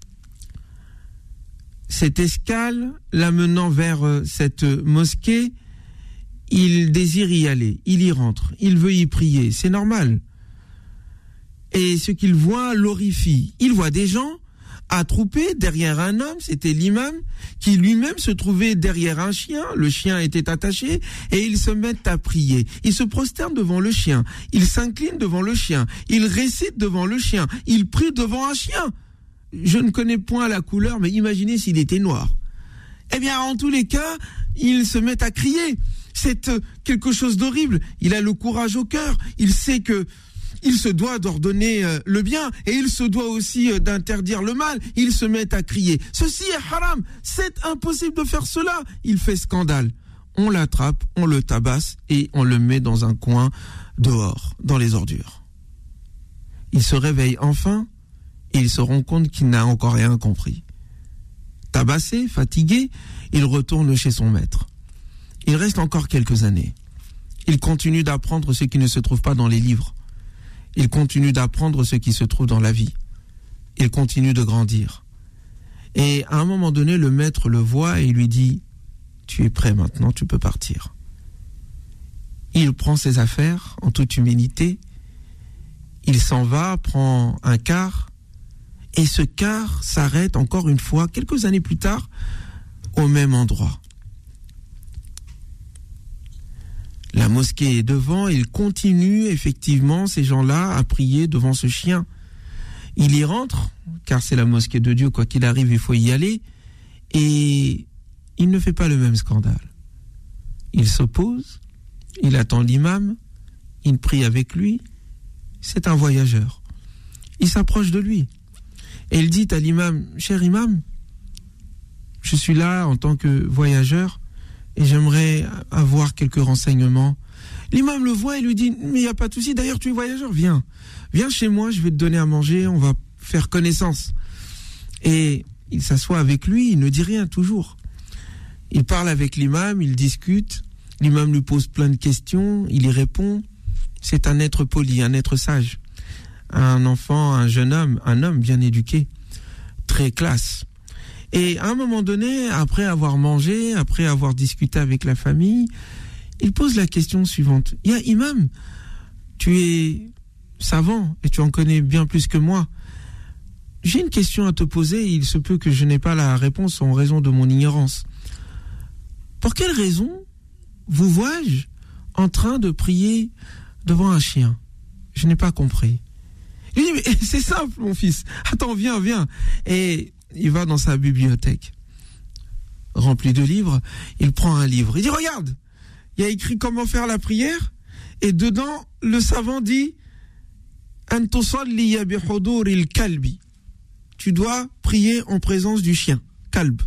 cette escale, l'amenant vers cette mosquée, il désire y aller, il y rentre, il veut y prier, c'est normal. Et ce qu'il voit l'horrifie. Il voit des gens attroupés derrière un homme, c'était l'imam, qui lui-même se trouvait derrière un chien, le chien était attaché, et ils se mettent à prier. Ils se prosternent devant le chien, ils s'inclinent devant le chien, ils récitent devant le chien, ils prient devant un chien. Je ne connais point la couleur, mais imaginez s'il était noir. Eh bien, en tous les cas, ils se mettent à crier. C'est quelque chose d'horrible. Il a le courage au cœur, il sait que il se doit d'ordonner le bien et il se doit aussi d'interdire le mal. Il se met à crier. Ceci est haram. C'est impossible de faire cela. Il fait scandale. On l'attrape, on le tabasse et on le met dans un coin dehors, dans les ordures. Il se réveille enfin et il se rend compte qu'il n'a encore rien compris. Tabassé, fatigué, il retourne chez son maître. Il reste encore quelques années. Il continue d'apprendre ce qui ne se trouve pas dans les livres. Il continue d'apprendre ce qui se trouve dans la vie. Il continue de grandir. Et à un moment donné, le maître le voit et il lui dit « Tu es prêt maintenant, tu peux partir. » Il prend ses affaires en toute humilité. Il s'en va, prend un car. Et ce car s'arrête encore une fois, quelques années plus tard, au même endroit. La mosquée est devant, il continue effectivement, ces gens-là, à prier devant ce chien. Il y rentre, car c'est la mosquée de Dieu, quoi qu'il arrive, il faut y aller, et il ne fait pas le même scandale. Il s'oppose, il attend l'imam, il prie avec lui, c'est un voyageur. Il s'approche de lui, et il dit à l'imam, « Cher imam, je suis là en tant que voyageur, et j'aimerais avoir quelques renseignements. » L'imam le voit et lui dit « Mais il n'y a pas de souci, d'ailleurs tu es voyageur, viens. Viens chez moi, je vais te donner à manger, on va faire connaissance. » Et il s'assoit avec lui, il ne dit rien toujours. Il parle avec l'imam, il discute, l'imam lui pose plein de questions, il y répond. C'est un être poli, un être sage. Un enfant, un jeune homme, un homme bien éduqué, très classe. Et à un moment donné, après avoir mangé, après avoir discuté avec la famille, il pose la question suivante. « Ya imam, tu es savant et tu en connais bien plus que moi. J'ai une question à te poser, il se peut que je n'ai pas la réponse en raison de mon ignorance. Pour quelle raison vous vois-je en train de prier devant un chien? Je n'ai pas compris. » Il dit « Mais c'est simple, mon fils. Attends, viens, viens. » Et il va dans sa bibliothèque, remplie de livres, il prend un livre, il dit « Regarde, il y a écrit comment faire la prière, et dedans, le savant dit « An tusalliya bi huduril kalbi » tu dois prier en présence du chien, kalb.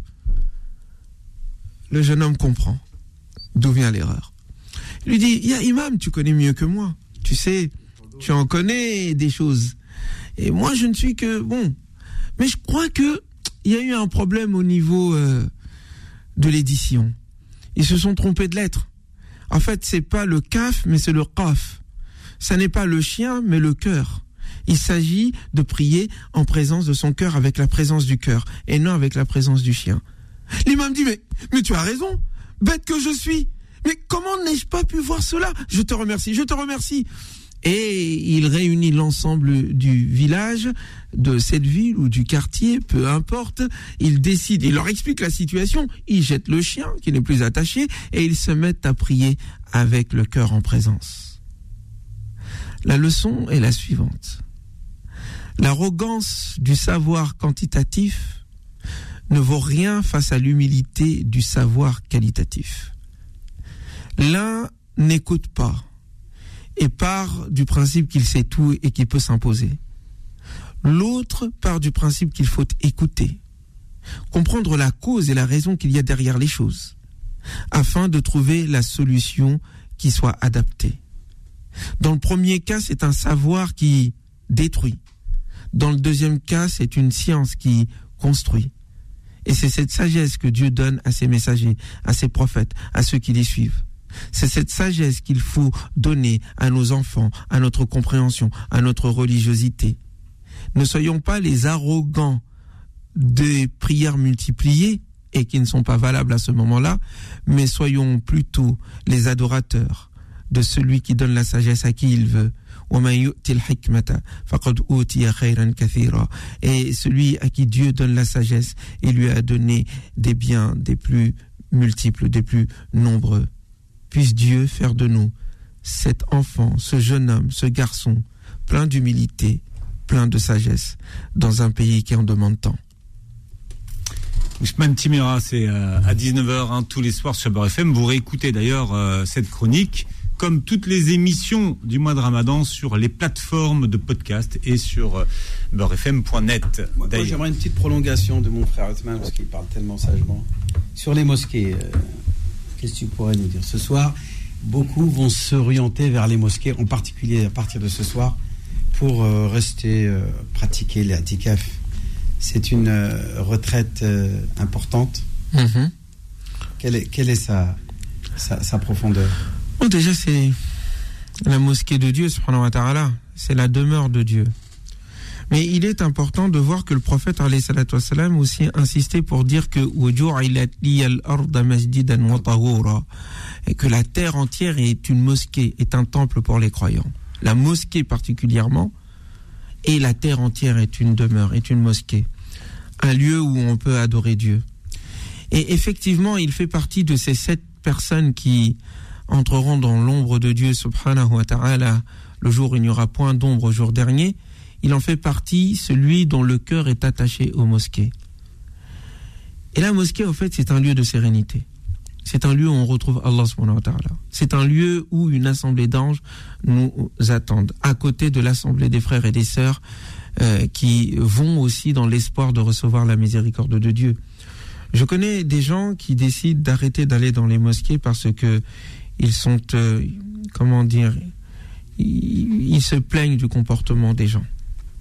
Le jeune homme comprend d'où vient l'erreur. Il lui dit « Ya imam, tu connais mieux que moi, tu sais, tu en connais des choses. Et moi, je ne suis que... bon, mais je crois que il y a eu un problème au niveau euh, de l'édition. Ils se sont trompés de lettres. En fait, c'est pas le kaf, mais c'est le qaf. Ça n'est pas le chien, mais le cœur. Il s'agit de prier en présence de son cœur, avec la présence du cœur, et non avec la présence du chien. L'imam dit, mais, mais tu as raison, bête que je suis. Mais comment n'ai-je pas pu voir cela? Je te remercie, je te remercie. Et il réunit l'ensemble du village, de cette ville ou du quartier, peu importe. Il décide, il leur explique la situation, ils jettent le chien qui n'est plus attaché et ils se mettent à prier avec le cœur en présence. La leçon est la suivante. L'arrogance du savoir quantitatif ne vaut rien face à l'humilité du savoir qualitatif. L'un n'écoute pas et part du principe qu'il sait tout et qu'il peut s'imposer. L'autre part du principe qu'il faut écouter, comprendre la cause et la raison qu'il y a derrière les choses, afin de trouver la solution qui soit adaptée. Dans le premier cas, c'est un savoir qui détruit. Dans le deuxième cas, c'est une science qui construit. Et c'est cette sagesse que Dieu donne à ses messagers, à ses prophètes, à ceux qui les suivent. C'est cette sagesse qu'il faut donner à nos enfants, à notre compréhension, à notre religiosité. Ne soyons pas les arrogants des prières multipliées et qui ne sont pas valables à ce moment-là, mais soyons plutôt les adorateurs de celui qui donne la sagesse à qui il veut. Et celui à qui Dieu donne la sagesse, il lui a donné des biens des plus multiples, des plus nombreux. Puisse Dieu faire de nous cet enfant, ce jeune homme, ce garçon, plein d'humilité, plein de sagesse, dans un pays qui en demande tant. Ousmane Timéra, c'est euh, à dix-neuf heures hein, tous les soirs sur Beurre F M. Vous réécoutez d'ailleurs euh, cette chronique, comme toutes les émissions du mois de Ramadan, sur les plateformes de podcast et sur euh, beurre f m point net. Moi, moi, j'aimerais une petite prolongation de mon frère Ousmane, parce qu'il parle tellement sagement. Sur les mosquées, euh, qu'est-ce que tu pourrais nous dire ? Ce soir, beaucoup vont s'orienter vers les mosquées, en particulier à partir de ce soir, pour euh, rester, euh, pratiquer les i'tikaf. C'est une euh, retraite euh, importante. Mmh. Quelle est, quelle est sa, sa, sa profondeur ? Bon, déjà, c'est la mosquée de Dieu, subhanahu wa ta'ala. C'est la demeure de Dieu. Mais il est important de voir que le prophète, alayhi salatu wassalam, aussi insisté pour dire que et que la terre entière est une mosquée, est un temple pour les croyants. La mosquée particulièrement, et la terre entière est une demeure, est une mosquée. Un lieu où on peut adorer Dieu. Et effectivement, il fait partie de ces sept personnes qui entreront dans l'ombre de Dieu, subhanahu wa ta'ala, le jour où il n'y aura point d'ombre au jour dernier. Il en fait partie, celui dont le cœur est attaché aux mosquées. Et la mosquée, en fait, c'est un lieu de sérénité. C'est un lieu où on retrouve Allah subhanahu wa ta'ala. C'est un lieu où une assemblée d'anges nous attendent, à côté de l'assemblée des frères et des sœurs euh, qui vont aussi dans l'espoir de recevoir la miséricorde de Dieu. Je connais des gens qui décident d'arrêter d'aller dans les mosquées parce que ils sont, euh, comment dire, ils, ils se plaignent du comportement des gens.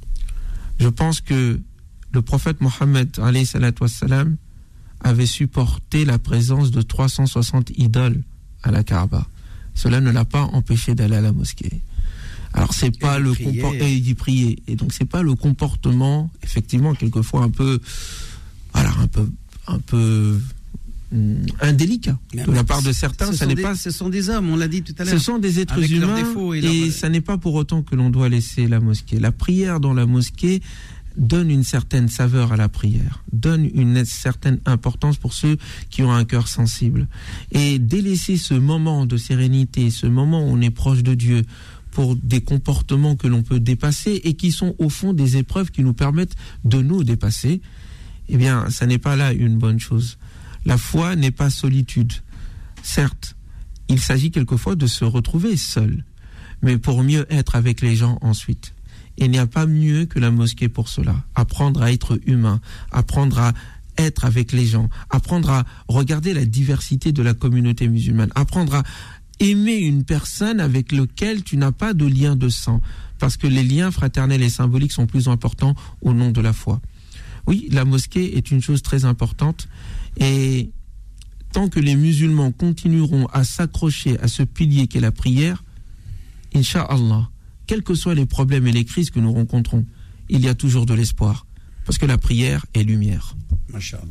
Je pense que le prophète Mohammed, alayhi salatu wassalam, avait supporté la présence de trois cent soixante idoles à la Kaaba. Cela ne l'a pas empêché d'aller à la mosquée. Alors c'est pas le comportement, et d'y prier. Et donc c'est pas le comportement, effectivement, quelquefois un peu, voilà, un peu, un peu hum, indélicat mais de la part de certains. Ça n'est des, pas. Ce sont des hommes, on l'a dit tout à l'heure. Ce sont des êtres humains, et, et leur... ça n'est pas pour autant que l'on doit laisser la mosquée. La prière dans la mosquée donne une certaine saveur à la prière, donne une certaine importance pour ceux qui ont un cœur sensible. Et délaisser ce moment de sérénité, ce moment où on est proche de Dieu, pour des comportements que l'on peut dépasser et qui sont au fond des épreuves qui nous permettent de nous dépasser, eh bien, ça n'est pas là une bonne chose. La foi n'est pas solitude. Certes, il s'agit quelquefois de se retrouver seul, mais pour mieux être avec les gens ensuite. Et il n'y a pas mieux que la mosquée pour cela. Apprendre à être humain, apprendre à être avec les gens, apprendre à regarder la diversité de la communauté musulmane, apprendre à aimer une personne avec laquelle tu n'as pas de lien de sang, parce que les liens fraternels et symboliques sont plus importants au nom de la foi. Oui, la mosquée est une chose très importante, et tant que les musulmans continueront à s'accrocher à ce pilier qu'est la prière, Inch'Allah, quels que soient les problèmes et les crises que nous rencontrons, il y a toujours de l'espoir. Parce que la prière est lumière. Masha'Allah.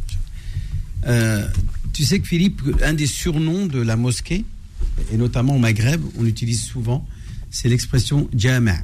Euh, tu sais que Philippe, un des surnoms de la mosquée, et notamment au Maghreb, on l'utilise souvent, c'est l'expression jama'.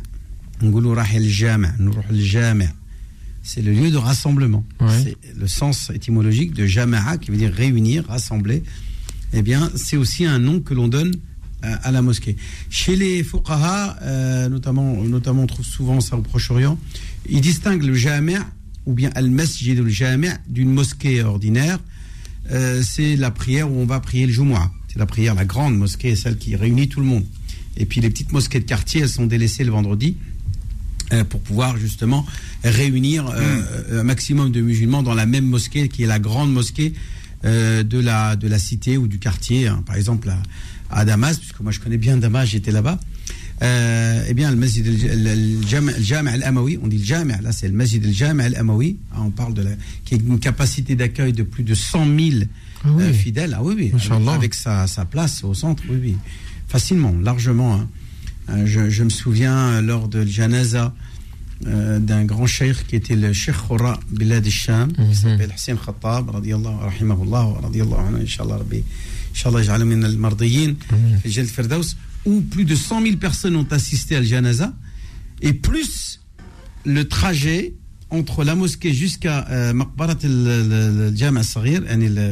C'est le lieu de rassemblement. Ouais. C'est le sens étymologique de jama'a, qui veut dire réunir, rassembler. Eh bien, c'est aussi un nom que l'on donne à la mosquée. Chez les fuqaha, euh, notamment, notamment on trouve souvent ça au Proche-Orient, ils distinguent le jami' ou bien al-masjid ou le jami' d'une mosquée ordinaire. Euh, c'est la prière où on va prier le Jumu'ah. C'est la prière, la grande mosquée, celle qui réunit tout le monde. Et puis les petites mosquées de quartier, elles sont délaissées le vendredi. euh, pour pouvoir justement réunir euh, mmh. un maximum de musulmans dans la même mosquée, qui est la grande mosquée euh, de la de la cité ou du quartier, hein, par exemple à, à Damas, puisque moi je connais bien Damas, j'étais là-bas. Euh, eh bien, le Masjid al-Jami' al-Amawi, on dit le Jami', là c'est le Masjid al-Jami' al-Amawi, hein, on parle de la, qui a une capacité d'accueil de plus de cent mille ah oui. euh, fidèles, ah oui, oui, avec, avec sa, sa place au centre, oui, oui, facilement, largement. Hein. Euh, je, je me souviens lors de Janaza euh, d'un grand cheikh qui était le Cheikh Khura Bilad al-Sham, mm-hmm. qui s'appelle Hussein Khattab, radiyallahu, rahimahullah, radiyallahu anhu, inshallah, rabbi, inshallah, ja'ala min al-mardiyin, fi Jannat al-Firdaus, où plus de cent mille personnes ont assisté à Al-Janaza, et plus le trajet entre la mosquée jusqu'à euh, Maqbarat al-Jami' al-Saghir,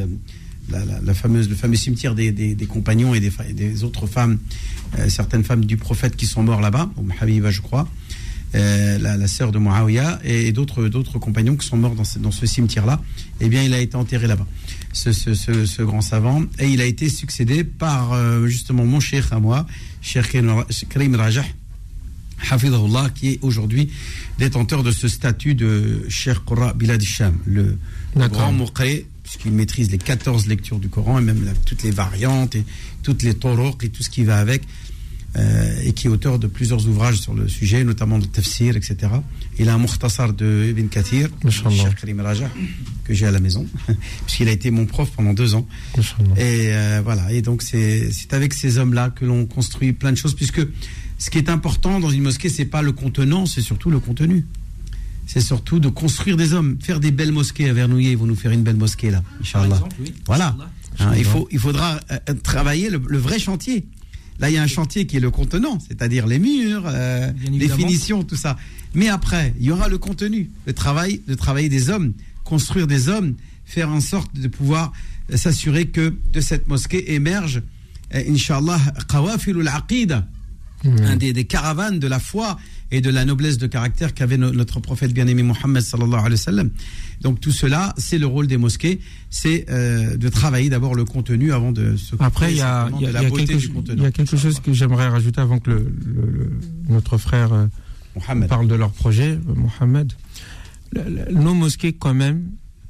la, la, la fameuse, le fameux cimetière des, des, des compagnons et des, des autres femmes, euh, certaines femmes du prophète qui sont morts là-bas, Umm Habiba je crois, euh, la, la sœur de Muawiya, et d'autres, d'autres compagnons qui sont morts dans ce, dans ce cimetière-là. Eh bien, il a été enterré là-bas, ce, ce, ce, ce grand savant, et il a été succédé par euh, justement mon cheikh à moi, Cheikh Karim Rajah, Hafidhullah, qui est aujourd'hui détenteur de ce statut de Cheikh Qurra Bilad al-Sham, le, le grand muqri, puisqu'il maîtrise les quatorze lectures du Coran, et même la, toutes les variantes, et toutes les turuq, et tout ce qui va avec, euh, et qui est auteur de plusieurs ouvrages sur le sujet, notamment de tafsir, et cetera. Il a un mukhtasar de Ibn Kathir, Cheikh Karim Rajah, que j'ai à la maison, puisqu'il a été mon prof pendant deux ans. Et euh, voilà, et donc c'est, c'est avec ces hommes-là que l'on construit plein de choses, puisque ce qui est important dans une mosquée, c'est pas le contenant, c'est surtout le contenu. C'est surtout de construire des hommes, faire des belles mosquées à Vernouillet. Ils vont nous faire une belle mosquée là, Inch'Allah. Oui. Voilà. Hein, il faut, il faudra euh, travailler le, le vrai chantier. Là, il y a un chantier qui est le contenant, c'est-à-dire les murs, euh, les finitions, tout ça. Mais après, il y aura le contenu, le travail, de travailler des hommes, construire des hommes, faire en sorte de pouvoir euh, s'assurer que de cette mosquée émerge, euh, Inch'Allah, qawafilul aqida. Mmh. Un des, des caravanes de la foi et de la noblesse de caractère qu'avait no, notre prophète bien-aimé Mohammed sallallahu alayhi wa sallam. Donc tout cela, c'est le rôle des mosquées, c'est euh, de travailler d'abord le contenu avant de se Après, il y a, y a, y a quelque, y a quelque chose que j'aimerais rajouter avant que le, le, le, notre frère euh, parle de leur projet, euh, Mohammed. Le, le, nos mosquées, quand même,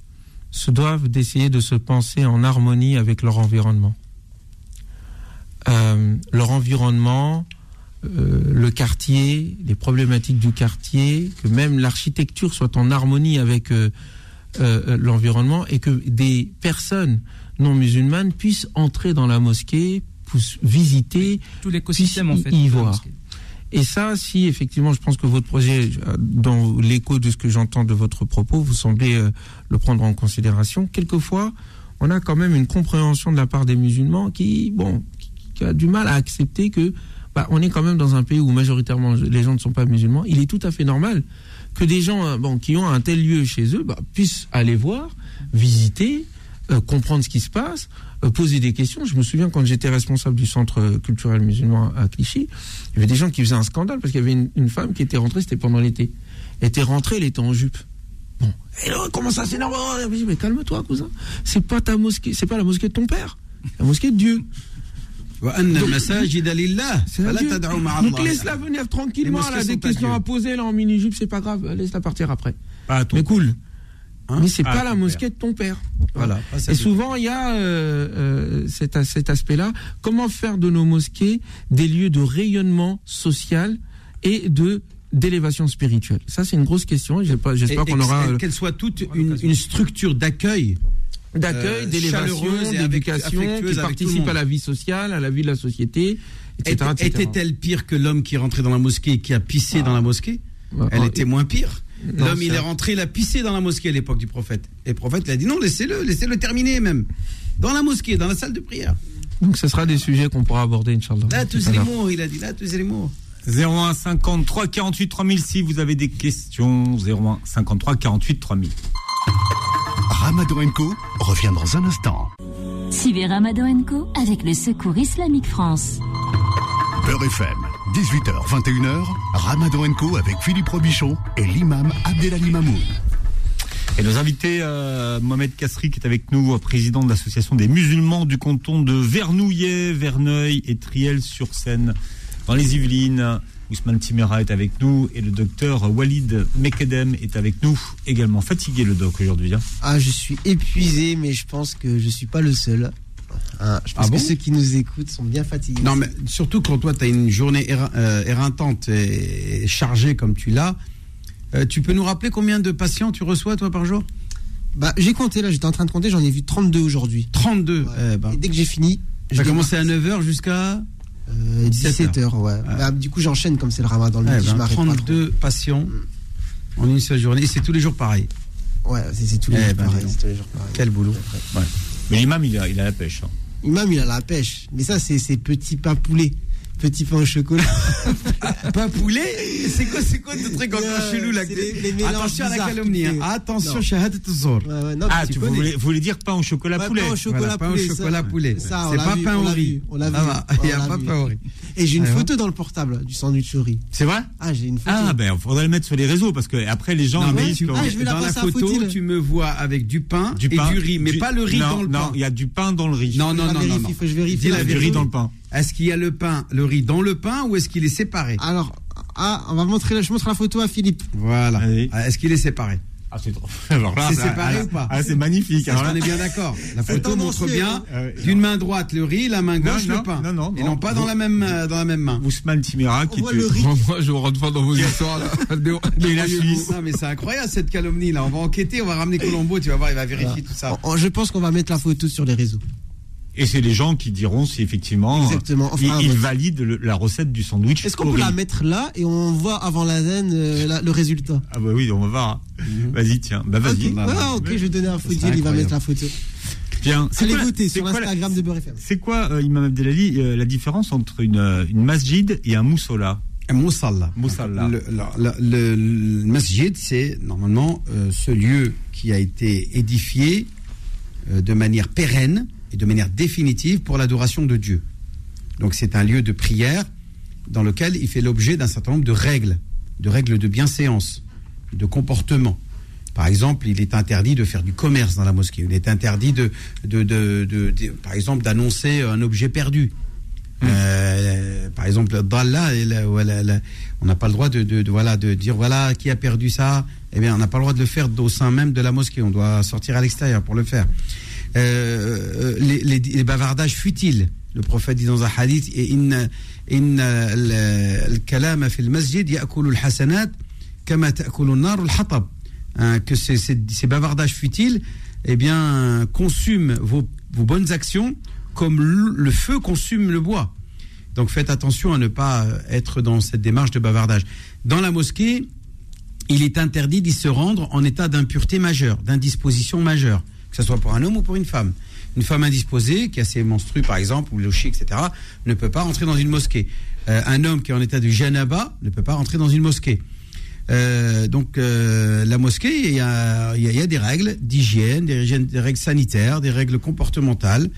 se doivent d'essayer de se penser en harmonie avec leur environnement. Euh, leur environnement... Euh, le quartier, les problématiques du quartier, que même l'architecture soit en harmonie avec euh, euh, l'environnement, et que des personnes non musulmanes puissent entrer dans la mosquée, puissent visiter, tout l'écosystème puissent en fait, y voir. Et ça, si effectivement, je pense que votre projet, dans l'écho de ce que j'entends de votre propos, vous semblez euh, le prendre en considération. Quelquefois, on a quand même une compréhension de la part des musulmans qui, bon, qui, qui a du mal à accepter que bah, on est quand même dans un pays où majoritairement les gens ne sont pas musulmans. Il est tout à fait normal que des gens bon, qui ont un tel lieu chez eux bah, puissent aller voir, visiter, euh, comprendre ce qui se passe, euh, poser des questions. Je me souviens quand j'étais responsable du centre culturel musulman à Clichy, il y avait des gens qui faisaient un scandale parce qu'il y avait une, une femme qui était rentrée, c'était pendant l'été. Elle était rentrée, elle était en jupe. Bon, et là, comment ça s'énerve? Mais calme-toi, cousin. C'est pas ta mosquée, c'est pas la mosquée de ton père, la mosquée de Dieu. Donc, laisse-la venir tranquillement, elle a des questions à poser là en mini-jupe, c'est pas grave, laisse-la partir après. Pas mais cool. Hein mais c'est ah, pas la mosquée père. de ton père. Voilà. Et souvent il y a euh, euh, cet, cet aspect-là. Comment faire de nos mosquées des lieux de rayonnement social et de d'élévation spirituelle? Ça c'est une grosse question. J'espère, j'espère qu'on aura qu'elle soit toute une, une structure d'accueil. d'accueil, euh, d'élévation, d'éducation, qui participe à la vie sociale, à la vie de la société, et cetera, et cetera. Était-elle pire que l'homme qui est rentré dans la mosquée et qui a pissé ah. dans la mosquée? ah, Elle ah, était et... moins pire. Non, l'homme, il est rentré, il a pissé dans la mosquée à l'époque du prophète. Et le prophète, il a dit non, laissez-le, laissez-le terminer même. Dans la mosquée, dans la salle de prière. Donc ce sera des sujets qu'on pourra aborder, Inch'Allah. Là, tous les mots, il a dit, là, tous les mots. zéro un cinquante-trois quarante-huit trois mille si vous avez des questions. zéro un cinquante-trois quarante-huit trois mille. Ramadan and Co revient dans un instant. Suivez Ramadan and Co avec le Secours Islamique France. Beurre F M, dix-huit heures vingt et une heures, Ramadan and Co avec Philippe Robichon et l'imam Abdelali Mamoun. Et nos invités, euh, Mohamed Kassri qui est avec nous, président de l'association des musulmans du canton de Vernouillet, Verneuil et Triel-sur-Seine dans les Yvelines. Ousmane Timera est avec nous et le docteur Walid Mekedem est avec nous également. Fatigué le doc aujourd'hui. Hein. Ah, je suis épuisé, mais je pense que je suis pas le seul. Ah, je pense Ah bon que ceux qui nous écoutent sont bien fatigués. Non, mais surtout quand toi, tu as une journée éra- euh, éreintante et chargée comme tu l'as, euh, tu peux nous rappeler combien de patients tu reçois, toi, par jour? Bah, j'ai compté, là, j'étais en train de compter, j'en ai vu trente-deux aujourd'hui. trente-deux. Ouais. Eh ben. Et dès que j'ai fini, Tu as commencé à neuf heures jusqu'à euh, dix-sept heures, ouais. Ouais. Bah, du coup, j'enchaîne comme c'est le ramadan. Le eh midi, ben, je m'arrête pas trente-deux patients en une seule journée. Et c'est tous les jours pareil. trop. Ouais, c'est, c'est tous les Eh jours ben, pareil. dis donc. C'est tous les jours pareil. Quel boulot. Ouais. Mais l'imam, il a, il a la pêche. Hein. Imam, il a la pêche. Mais ça, c'est, c'est petit pain poulet. Petit pain au chocolat. Pas poulet. C'est quoi, c'est quoi ce truc encore Euh, chelou là? c'est les- les mélanges Attention à la bizarres calomnie. qu'il hein. fait. Attention, Non. shahadat az-zur. Ouais, ouais, non, Ah, mais tu connais. voulais, voulez dire pain au chocolat Ouais, poulet. pain au chocolat Voilà, pain au poulet. chocolat ça. poulet. Ça, on C'est l'a pas vu, pain on au l'a riz. vu, on l'a Ça vu. va, Ouais, il y a on l'a pas vu. pain au riz. Et j'ai une Ah, photo dans le portable du sandwich au riz. C'est vrai? Ah, j'ai une photo. Ah, ben, il faudrait le mettre sur les réseaux parce que après les gens Non, ils mais disent tu- que- Ah, je vais la dans la passer à photo, Fauteuil. tu me vois avec du pain, du et pain, du riz, mais du- pas le riz non, dans le non, pain. il y a du pain dans le riz. Non, non, Faut que je non, la non, vérifie, non. faut que je vérifie Dis la la du riz vérité. dans le pain. Est-ce qu'il y a le pain, le riz dans le pain ou est-ce qu'il est séparé? Alors, ah, on va montrer, la- je montre la photo à Philippe. Voilà. Allez. Ah, est-ce qu'il est séparé? Ah, c'est trop. Alors là, C'est ça- séparé ah, ou pas? Ah, c'est magnifique. Est-ce Alors qu'on là- est bien d'accord? La C'est photo montre tendancieux, bien hein. Euh, d'une main droite le riz, la main gauche Non, le non, pain. non, non, Et non. non pas dans la même euh, dans la même main. Ousmane Timera qui On voit te- le riz. Moi, je rentre pas dans vos histoires là. Mais la Suisse. Non mais c'est incroyable cette calomnie là. On va enquêter, on va ramener Colombo, tu vas voir, il va vérifier tout ça. Oh, Je pense qu'on va mettre la photo sur les réseaux. Et c'est les gens qui diront si effectivement Exactement. On ils, fera un ils vote. valident le- la recette du sandwich. Est-ce qu'on au peut la riz. mettre là et on voit avant la zen euh, la- le résultat? Ah bah oui, on va voir. Vas-y, tiens. Bah vas-y. Ok, Là, ouais, là. ok, je vais donner un Faudil, il va incroyable. mettre la photo. Bien. C'est Allez quoi la- voter c'est sur quoi la- l'Instagram de Beurre F M. C'est quoi, euh, Imam Abdelali, euh, la différence entre une, euh, une masjid et un moussola? Un Moussalla. Moussalla. Le, le, le- le masjid, c'est normalement euh, ce lieu qui a été édifié euh, de manière pérenne et de manière définitive pour l'adoration de Dieu. Donc c'est un lieu de prière dans lequel il fait l'objet d'un certain nombre de règles, de règles de bienséance, de comportement. Par exemple, il est interdit de faire du commerce dans la mosquée. Il est interdit de, de, de, de- de- par exemple, d'annoncer un objet perdu. Euh, par exemple, Dalla, elle- ou elle- elle- on n'a pas le droit de, de, de- voilà, de dire voilà qui a perdu ça. Eh bien, on n'a pas le droit de le faire au sein même de la mosquée. On doit sortir à l'extérieur pour le faire. Euh, les, les, les bavardages futiles. Le prophète dit dans un hadith in in al-kalam fi al-masjid ya'kulu al-hasanat kama ta'kulu an-nar al-hatab. Hein, que ces, ces, ces bavardages futiles eh bien consument vos, vos bonnes actions comme le, le feu consume le bois. Donc faites attention à ne pas être dans cette démarche de bavardage. Dans la mosquée, il est interdit d'y se rendre en état d'impureté majeure, d'indisposition majeure, que ce soit pour un homme ou pour une femme. Une femme indisposée, qui a ses menstrues par exemple, ou le chi, et cetera, ne peut pas rentrer dans une mosquée. Euh, un homme qui est en état de janaba ne peut pas rentrer dans une mosquée. Euh, donc euh, la mosquée, il y a, il y a, il y a des règles d'hygiène, des, règles- des règles sanitaires, des règles comportementales.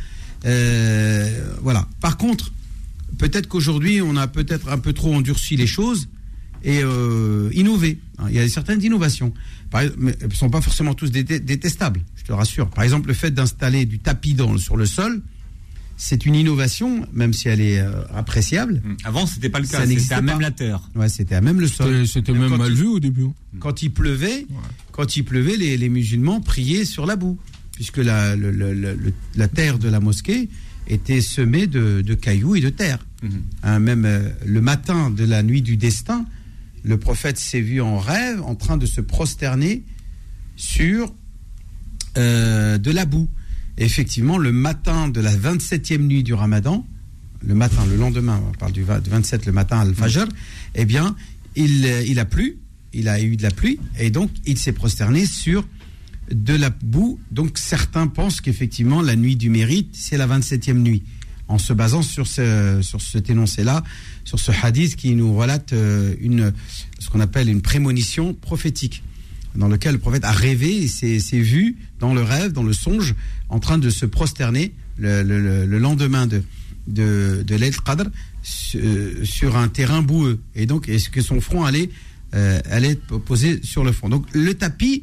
Euh, voilà. Par contre, peut-être qu'aujourd'hui, on a peut-être un peu trop endurci les choses et euh, innové. Il y a certaines innovations. Par, mais elles ne sont pas forcément tous dé- détestables, je te rassure. Par exemple, le fait d'installer du tapis dans, sur le sol, c'est une innovation, même si elle est euh, appréciable. Avant, c'était pas le Ça cas. n'existait C'était à même pas. la terre. Ouais, c'était à même le sol. C'était c'était Quand même il- mal vu au début. Quand il pleuvait, quand il pleuvait, les, les musulmans priaient sur la boue, puisque la, le- le- le- le- la terre de la mosquée était semée de, de cailloux et de terre. Mhm. Hein, même euh, le matin de la nuit du destin, le prophète s'est vu en rêve en train de se prosterner sur euh, de la boue. Et effectivement, le matin de la vingt-septième nuit du Ramadan, le matin, le lendemain, on parle du vingt-sept, le matin, Al-Fajr, eh bien, il, euh, il a plu, il a eu de la pluie, et donc il s'est prosterné sur de la boue. Donc certains pensent qu'effectivement, la nuit du mérite, c'est la vingt-septième nuit, en se basant sur, ce, sur cet énoncé-là, sur ce hadith qui nous relate euh, une, ce qu'on appelle une prémonition prophétique, dans lequel le prophète a rêvé et s'est, s'est vu dans le rêve, dans le songe, en train de se prosterner le, le, le, le lendemain de, de, de l'Eid Qadr sur, sur un terrain boueux. Et donc, est-ce que son front allait, euh, allait être posé sur le front. Donc, le tapis,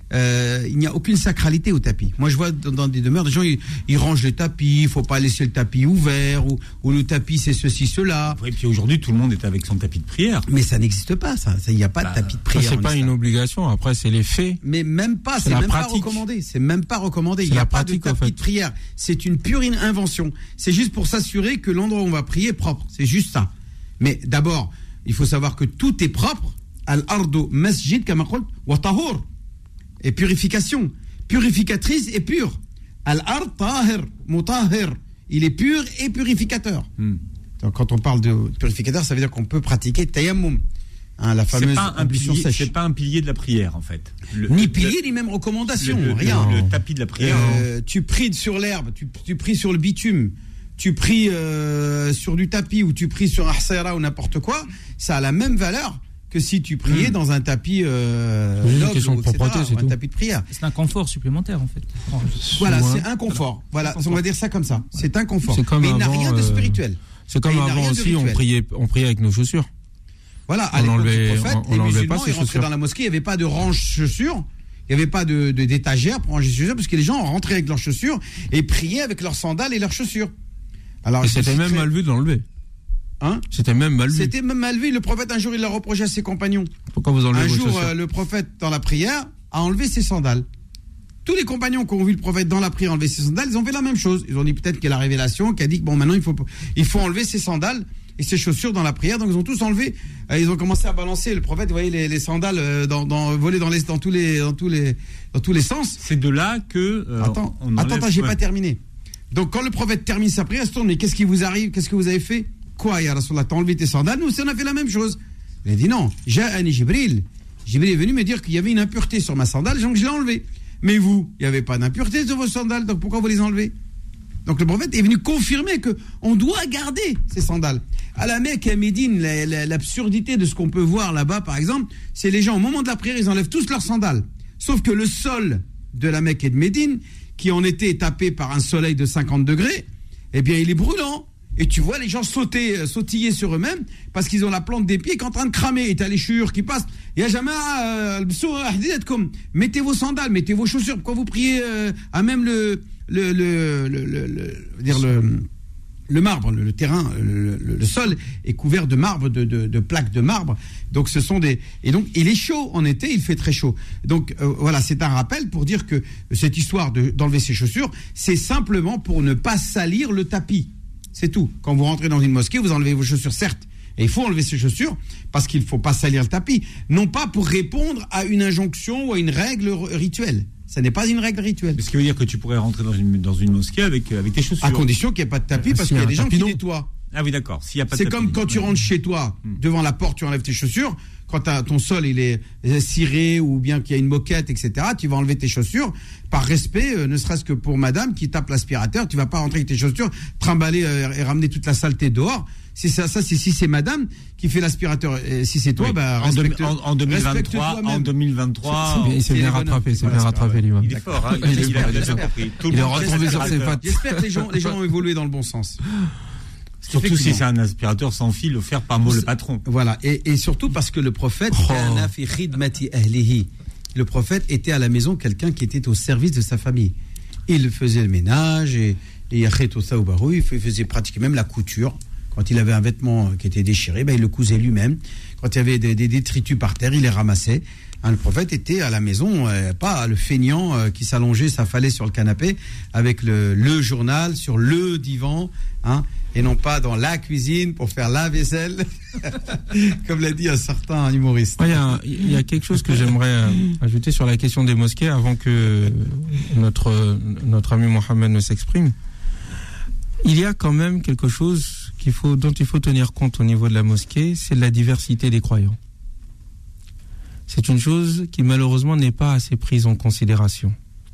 euh, il n'y a aucune sacralité au tapis. Moi, je vois dans, dans des demeures, des gens, ils, ils rangent le tapis, il faut pas laisser le tapis ouvert, ou, ou le tapis, c'est ceci, cela. Et puis aujourd'hui, tout le monde est avec son tapis de prière. Mais ça n'existe pas, ça. Il n'y a pas bah, de tapis de prière. Ça, c'est pas une obligation, après, c'est les faits. Mais même pas, c'est, c'est même pratique. pas recommandé. C'est même pas recommandé. C'est il n'y a pas pratique, de tapis en fait. de prière. C'est une pure invention. C'est juste pour s'assurer que l'endroit où on va prier est propre. C'est juste ça. Mais d'abord, il faut savoir que tout est propre. Al-ardu masjid kama qult wa tahur. Et purification, purificatrice et pure. Al-ard tahir, mutahhir. Il est pur et purificateur. Hmm. Donc, quand on parle de purificateur, ça veut dire qu'on peut pratiquer tayammum, hein, la fameuse ablution sèche. C'est pas un pilier de la prière, en fait. Le, ni pilier, le, ni même recommandation, le, le, rien. Le, le tapis de la prière. Euh, tu pries sur l'herbe, tu, tu pries sur le bitume, tu pries euh, sur du tapis ou tu pries sur un ahsara ou n'importe quoi, ça a la même valeur que si tu priais mmh. dans un tapis euh, noble, ou, et cetera, ou un tout. tapis de prière. C'est un confort supplémentaire en fait. Voilà, c'est un confort. Voilà, voilà. On va dire ça comme ça. C'est un confort. C'est comme mais avant, il n'a rien de spirituel. Euh, c'est comme avant aussi, on priait, on priait avec nos chaussures. Voilà, à l'époque du prophète, les musulmans, ils rentraient dans la mosquée, il n'y avait pas de range chaussures, il n'y avait pas de, de, d'étagère pour ranger les chaussures, parce que les gens rentraient avec leurs chaussures et priaient avec leurs sandales et leurs chaussures. Alors, et c'était même très... mal vu de l'enlever. Hein C'était même mal vu. C'était même mal vu. Le prophète, un jour, il l'a reproché à ses compagnons. Pourquoi vous enlevez un vos jour, chaussures ? Euh, le prophète, dans la prière, a enlevé ses sandales. Tous les compagnons qui ont vu le prophète dans la prière enlever ses sandales, ils ont fait la même chose. Ils ont dit peut-être qu'il y a la révélation qui a dit que bon, maintenant, il faut, il faut enlever ses sandales et ses chaussures dans la prière. Donc, ils ont tous enlevé. Euh, ils ont commencé à balancer. Le prophète, vous voyez, les, les sandales euh, dans, dans, voler dans, les, dans, tous les, dans, tous les, dans tous les sens. C'est de là que. Euh, attends, on attends, attends, j'ai ouais. pas terminé. Donc, quand le prophète termine sa prière, il se tourne, mais qu'est-ce qui vous arrive ? Qu'est-ce que vous avez fait ? Quoi, ya Rasulallah, t'as enlevé tes sandales? Nous aussi, on a fait la même chose. Il a dit non. Ja'ani Jibril. Jibril est venu me dire qu'il y avait une impureté sur ma sandale, donc je l'ai enlevée. Mais vous, il n'y avait pas d'impureté sur vos sandales, donc pourquoi vous les enlevez? Donc le prophète est venu confirmer qu'on doit garder ces sandales. À la Mecque et à Médine, la, la, l'absurdité de ce qu'on peut voir là-bas, par exemple, c'est les gens, au moment de la prière, ils enlèvent tous leurs sandales. Sauf que le sol de la Mecque et de Médine, qui en été tapé par un soleil de cinquante degrés, eh bien, il est brûlant. Et tu vois les gens sauter, sautiller sur eux-mêmes parce qu'ils ont la plante des pieds qui est en train de cramer. Et t'as les chouïurs qui passent. Il y a jamais comme mettez vos sandales, mettez vos chaussures. Pourquoi vous priez euh, à même le le le le, le, le, dire le, le marbre, le, le terrain, le, le, le sol est couvert de marbre, de, de, de plaques de marbre. Donc ce sont des et donc il est chaud en été, il fait très chaud. Donc euh, voilà, c'est un rappel pour dire que cette histoire de, d'enlever ses chaussures, c'est simplement pour ne pas salir le tapis. C'est tout. Quand vous rentrez dans une mosquée, vous enlevez vos chaussures, certes. Et il faut enlever ses chaussures parce qu'il ne faut pas salir le tapis. Non pas pour répondre à une injonction ou à une règle rituelle. Ça n'est pas une règle rituelle. Ce qui veut dire que tu pourrais rentrer dans une, dans une mosquée avec, avec tes chaussures. À condition qu'il n'y ait pas de tapis, parce qu'il y a des gens qui nettoient. Ah oui, d'accord. S'il y a pas de C'est tapis, comme quand tu rentres chez toi, devant la porte, tu enlèves tes chaussures. Quand ton sol il est ciré ou bien qu'il y a une moquette, et cetera, tu vas enlever tes chaussures par respect, euh, ne serait-ce que pour madame qui tape l'aspirateur. Tu vas pas rentrer avec tes chaussures, trimballer euh, et ramener toute la saleté dehors. Si ça, ça c'est si c'est madame qui fait l'aspirateur, et si c'est toi, oui. bah en, respecte, en, en deux mille vingt-trois, en deux mille vingt-trois, c'est, c'est, c'est bien rattrapé, c'est bien rattrapé, lui. Il est fort, hein, il, il, il a bien compris. Tout il est retrouvé sur ses pattes. J'espère que les gens, les gens ont évolué dans le bon sens. Surtout si c'est un aspirateur sans fil offert par moi le patron. Voilà, et, et surtout parce que le prophète, oh. le prophète était à la maison quelqu'un qui était au service de sa famille. Il faisait le ménage et, et il faisait pratiquement même la couture. Quand il avait un vêtement qui était déchiré, ben il le cousait lui-même. Quand il y avait des, des détritus par terre, il les ramassait. Hein, le prophète était à la maison, euh, pas le feignant euh, qui s'allongeait, s'affalait sur le canapé avec le, le journal sur le divan, hein, et non pas dans la cuisine pour faire la vaisselle, comme l'a dit un certain humoriste. Il ouais, y, y a quelque chose que j'aimerais euh, ajouter sur la question des mosquées avant que notre, notre ami Mohamed ne s'exprime. Il y a quand même quelque chose qu'il faut, dont il faut tenir compte au niveau de la mosquée, c'est la diversité des croyants. C'est une chose qui malheureusement n'est pas assez prise en considération.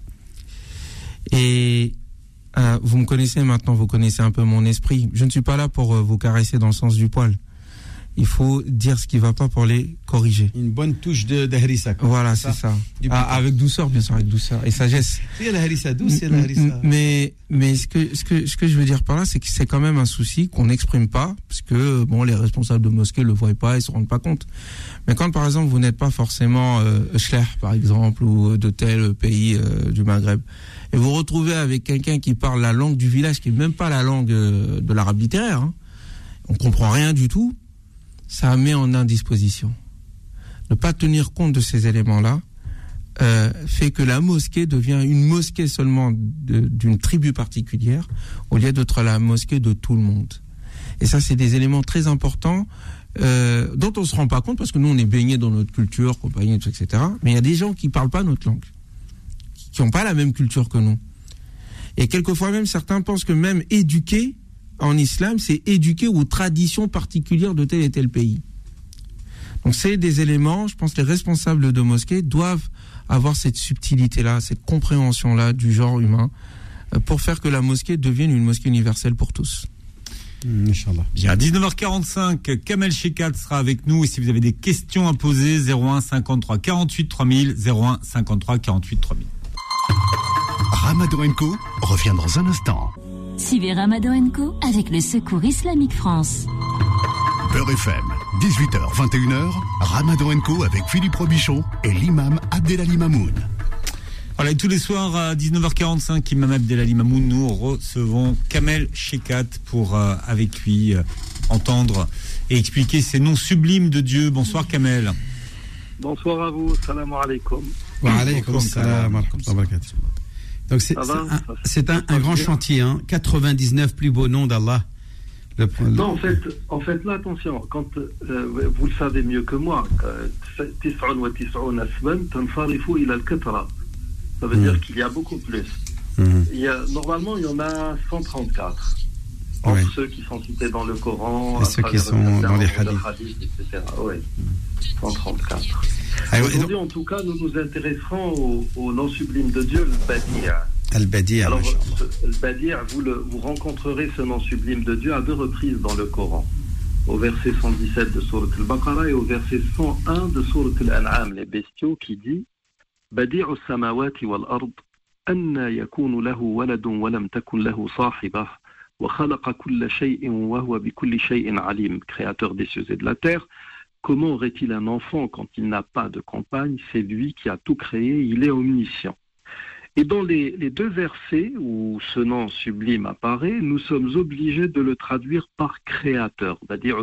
Et euh, vous me connaissez maintenant, vous connaissez un peu mon esprit. Je ne suis pas là pour euh, vous caresser dans le sens du poil. il faut dire ce qui ne va pas pour les corriger. Une bonne touche de, de harissa. Voilà, c'est ça. ça. Ah, avec douceur, bien sûr, avec douceur et sagesse. Il y a la harissa douce, il y a la harissa. Mais, mais ce, que, ce, que, ce que je veux dire par là, c'est que c'est quand même un souci qu'on n'exprime pas, parce que bon, les responsables de mosquées ne le voient pas, ils ne se rendent pas compte. Mais quand, par exemple, vous n'êtes pas forcément euh, Schleich, par exemple, ou de tel pays euh, du Maghreb, et vous vous retrouvez avec quelqu'un qui parle la langue du village, qui n'est même pas la langue euh, de l'arabe littéraire, hein, on ne comprend rien du tout, ça met en indisposition. Ne pas tenir compte de ces éléments-là euh, fait que la mosquée devient une mosquée seulement de, d'une tribu particulière au lieu d'être la mosquée de tout le monde. Et ça, c'est des éléments très importants euh, dont on ne se rend pas compte parce que nous, on est baignés dans notre culture, compagnie, et cetera. Mais il y a des gens qui ne parlent pas notre langue, qui n'ont pas la même culture que nous. Et quelquefois même, certains pensent que même éduquer en islam, c'est éduquer aux traditions particulières de tel et tel pays. Donc c'est des éléments, je pense que les responsables de mosquées doivent avoir cette subtilité-là, cette compréhension-là du genre humain, pour faire que la mosquée devienne une mosquée universelle pour tous. Mmh, Inch'Allah. Bien, à dix-neuf heures quarante-cinq, Kamel Shekat sera avec nous. Et si vous avez des questions à poser, zéro un cinquante-trois quarante-huit trois mille, zéro un cinquante-trois quarante-huit trois mille. Ramadan and Co revient dans un instant. Suivez Ramadan and Co avec le Secours Islamique France. Beurre F M, dix-huit heures vingt et une heures, Ramadan and Co avec Philippe Robichon et l'imam Abdelali Mamoun. Voilà, et tous les soirs à dix-neuf heures quarante-cinq, imam Abdelali Mamoun, nous recevons Kamel Shekat pour, euh, avec lui, euh, entendre et expliquer ces noms sublimes de Dieu. Bonsoir Kamel. Bonsoir à vous, salam alaikum. Wa alaykoum salam wa rahmatullahi wa barakatuh. Donc c'est, c'est, un, c'est un, un grand chantier, hein. quatre-vingt-dix-neuf plus beaux noms d'Allah. Le, le... Non, en fait, en fait, là, attention, quand euh, vous le savez mieux que moi, ça veut dire qu'il y a beaucoup plus. Mmh. Il y a, normalement, il y en a cent trente-quatre. Entre oui. ceux qui sont cités dans le Coran, et ceux qui sont dans les hadiths, hadith, et cetera. Oui, cent trente-quatre. Ah, aujourd'hui, en tout cas, nous nous intéresserons au, au nom sublime de Dieu, le Badi'. Al-Badi'. Alors, ce, le Badi', vous, le, vous rencontrerez ce nom sublime de Dieu à deux reprises dans le Coran. Au verset cent dix-sept de Sourate al-Baqarah et au verset cent un de Sourate al-An'am, les bestiaux, qui dit Badi'u as-samawati wal-ard, anna yakunu lahu waladun wa lam takun lahu sahibah. Créateur des cieux et de la terre, comment aurait-il un enfant quand il n'a pas de compagne? C'est lui qui a tout créé, il est omniscient. Et dans les, les deux versets où ce nom sublime apparaît, nous sommes obligés de le traduire par créateur, c'est-à-dire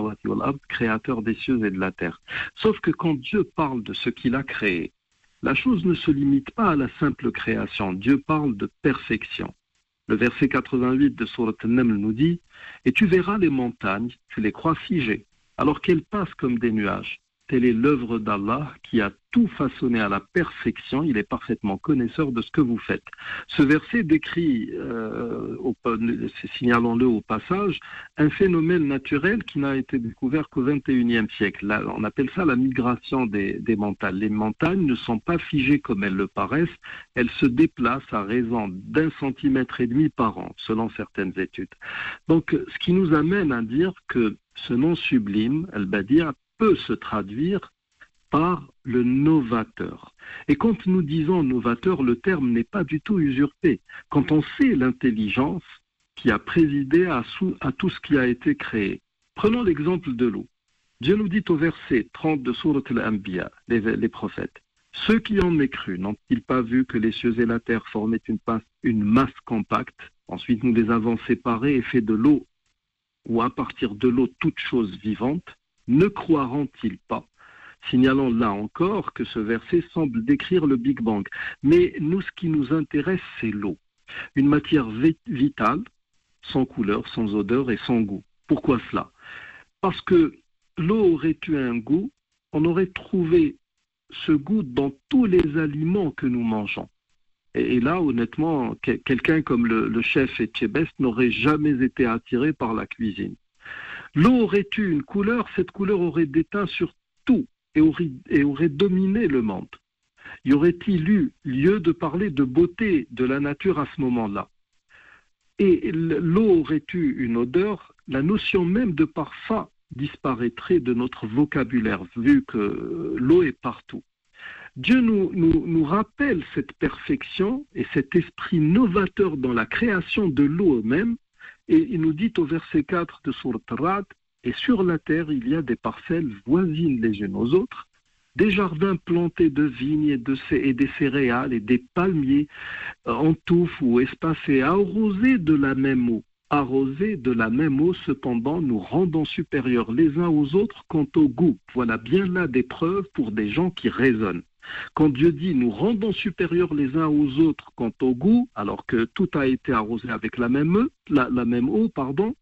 créateur des cieux et de la terre. Sauf que quand Dieu parle de ce qu'il a créé, la chose ne se limite pas à la simple création. Dieu parle de perfection. Le verset quatre-vingt-huit de Sourate An-Naml nous dit « Et tu verras les montagnes, tu les crois figées, alors qu'elles passent comme des nuages. Telle est l'œuvre d'Allah qui a tout façonné à la perfection, il est parfaitement connaisseur de ce que vous faites. » Ce verset décrit, euh, au, signalons-le au passage, un phénomène naturel qui n'a été découvert qu'au vingt et unième siècle. Là, on appelle ça la migration des, des montagnes. Les montagnes ne sont pas figées comme elles le paraissent, elles se déplacent à raison d'un centimètre et demi par an, selon certaines études. Donc, ce qui nous amène à dire que ce nom sublime, Al-Badi', peut se traduire par le novateur. Et quand nous disons novateur, le terme n'est pas du tout usurpé. Quand on sait l'intelligence qui a présidé à, sous, à tout ce qui a été créé. Prenons l'exemple de l'eau. Dieu nous dit au verset trente de Sourate Al-Anbiya, les, les prophètes, « Ceux qui ont mécru, n'ont-ils pas vu que les cieux et la terre formaient une, passe, une masse compacte? Ensuite nous les avons séparés et fait de l'eau, ou à partir de l'eau, toute chose vivante. Ne croiront-ils pas ?» Signalons là encore que ce verset semble décrire le Big Bang. Mais nous, ce qui nous intéresse, c'est l'eau. Une matière vitale, sans couleur, sans odeur et sans goût. Pourquoi cela? Parce que l'eau aurait eu un goût, on aurait trouvé ce goût dans tous les aliments que nous mangeons. Et, et là, honnêtement, que, quelqu'un comme le, le chef Etchebest n'aurait jamais été attiré par la cuisine. L'eau aurait eu une couleur, cette couleur aurait déteint sur tout et aurait, et aurait dominé le monde. Y aurait-il eu lieu de parler de beauté de la nature à ce moment-là? Et l'eau aurait eu une odeur, la notion même de parfum disparaîtrait de notre vocabulaire, vu que l'eau est partout. Dieu nous, nous, nous rappelle cette perfection et cet esprit novateur dans la création de l'eau même, et il nous dit au verset quatre de Sourate Ra'd, « Et sur la terre, il y a des parcelles voisines les unes aux autres, des jardins plantés de vignes et, de, et des céréales et des palmiers en touffes ou espacés, arrosés de la même eau. Arrosés de la même eau, cependant, nous rendons supérieurs les uns aux autres quant au goût. » Voilà bien là des preuves pour des gens qui raisonnent. Quand Dieu dit « nous rendons supérieurs les uns aux autres quant au goût », alors que tout a été arrosé avec la même eau, la, la même eau, pardon,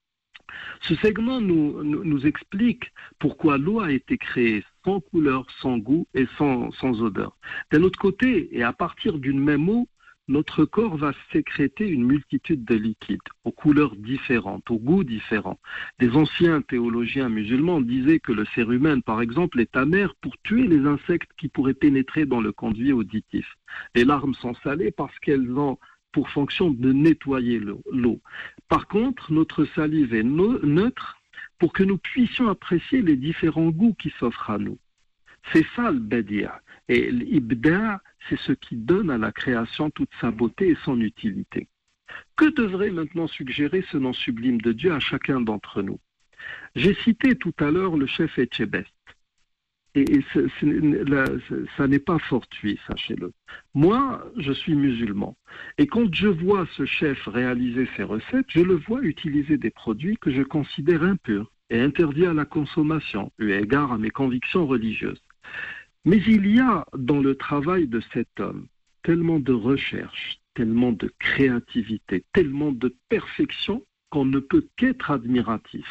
ce segment nous, nous, nous explique pourquoi l'eau a été créée sans couleur, sans goût et sans, sans odeur. D'un autre côté, et à partir d'une même eau, notre corps va sécréter une multitude de liquides, aux couleurs différentes, aux goûts différents. Des anciens théologiens musulmans disaient que le cérumen, par exemple, est amer pour tuer les insectes qui pourraient pénétrer dans le conduit auditif. Les larmes sont salées parce qu'elles ont pour fonction de nettoyer l'eau. Par contre, notre salive est neutre pour que nous puissions apprécier les différents goûts qui s'offrent à nous. C'est ça le badia. Et l'ibda', c'est ce qui donne à la création toute sa beauté et son utilité. Que devrait maintenant suggérer ce nom sublime de Dieu à chacun d'entre nous? J'ai cité tout à l'heure le chef Etchebest. Et, et ce, ce, la, ce, ça n'est pas fortuit, sachez-le. Moi, je suis musulman. Et quand je vois ce chef réaliser ses recettes, je le vois utiliser des produits que je considère impurs et interdits à la consommation, eu égard à mes convictions religieuses. Mais il y a dans le travail de cet homme tellement de recherche, tellement de créativité, tellement de perfection qu'on ne peut qu'être admiratif.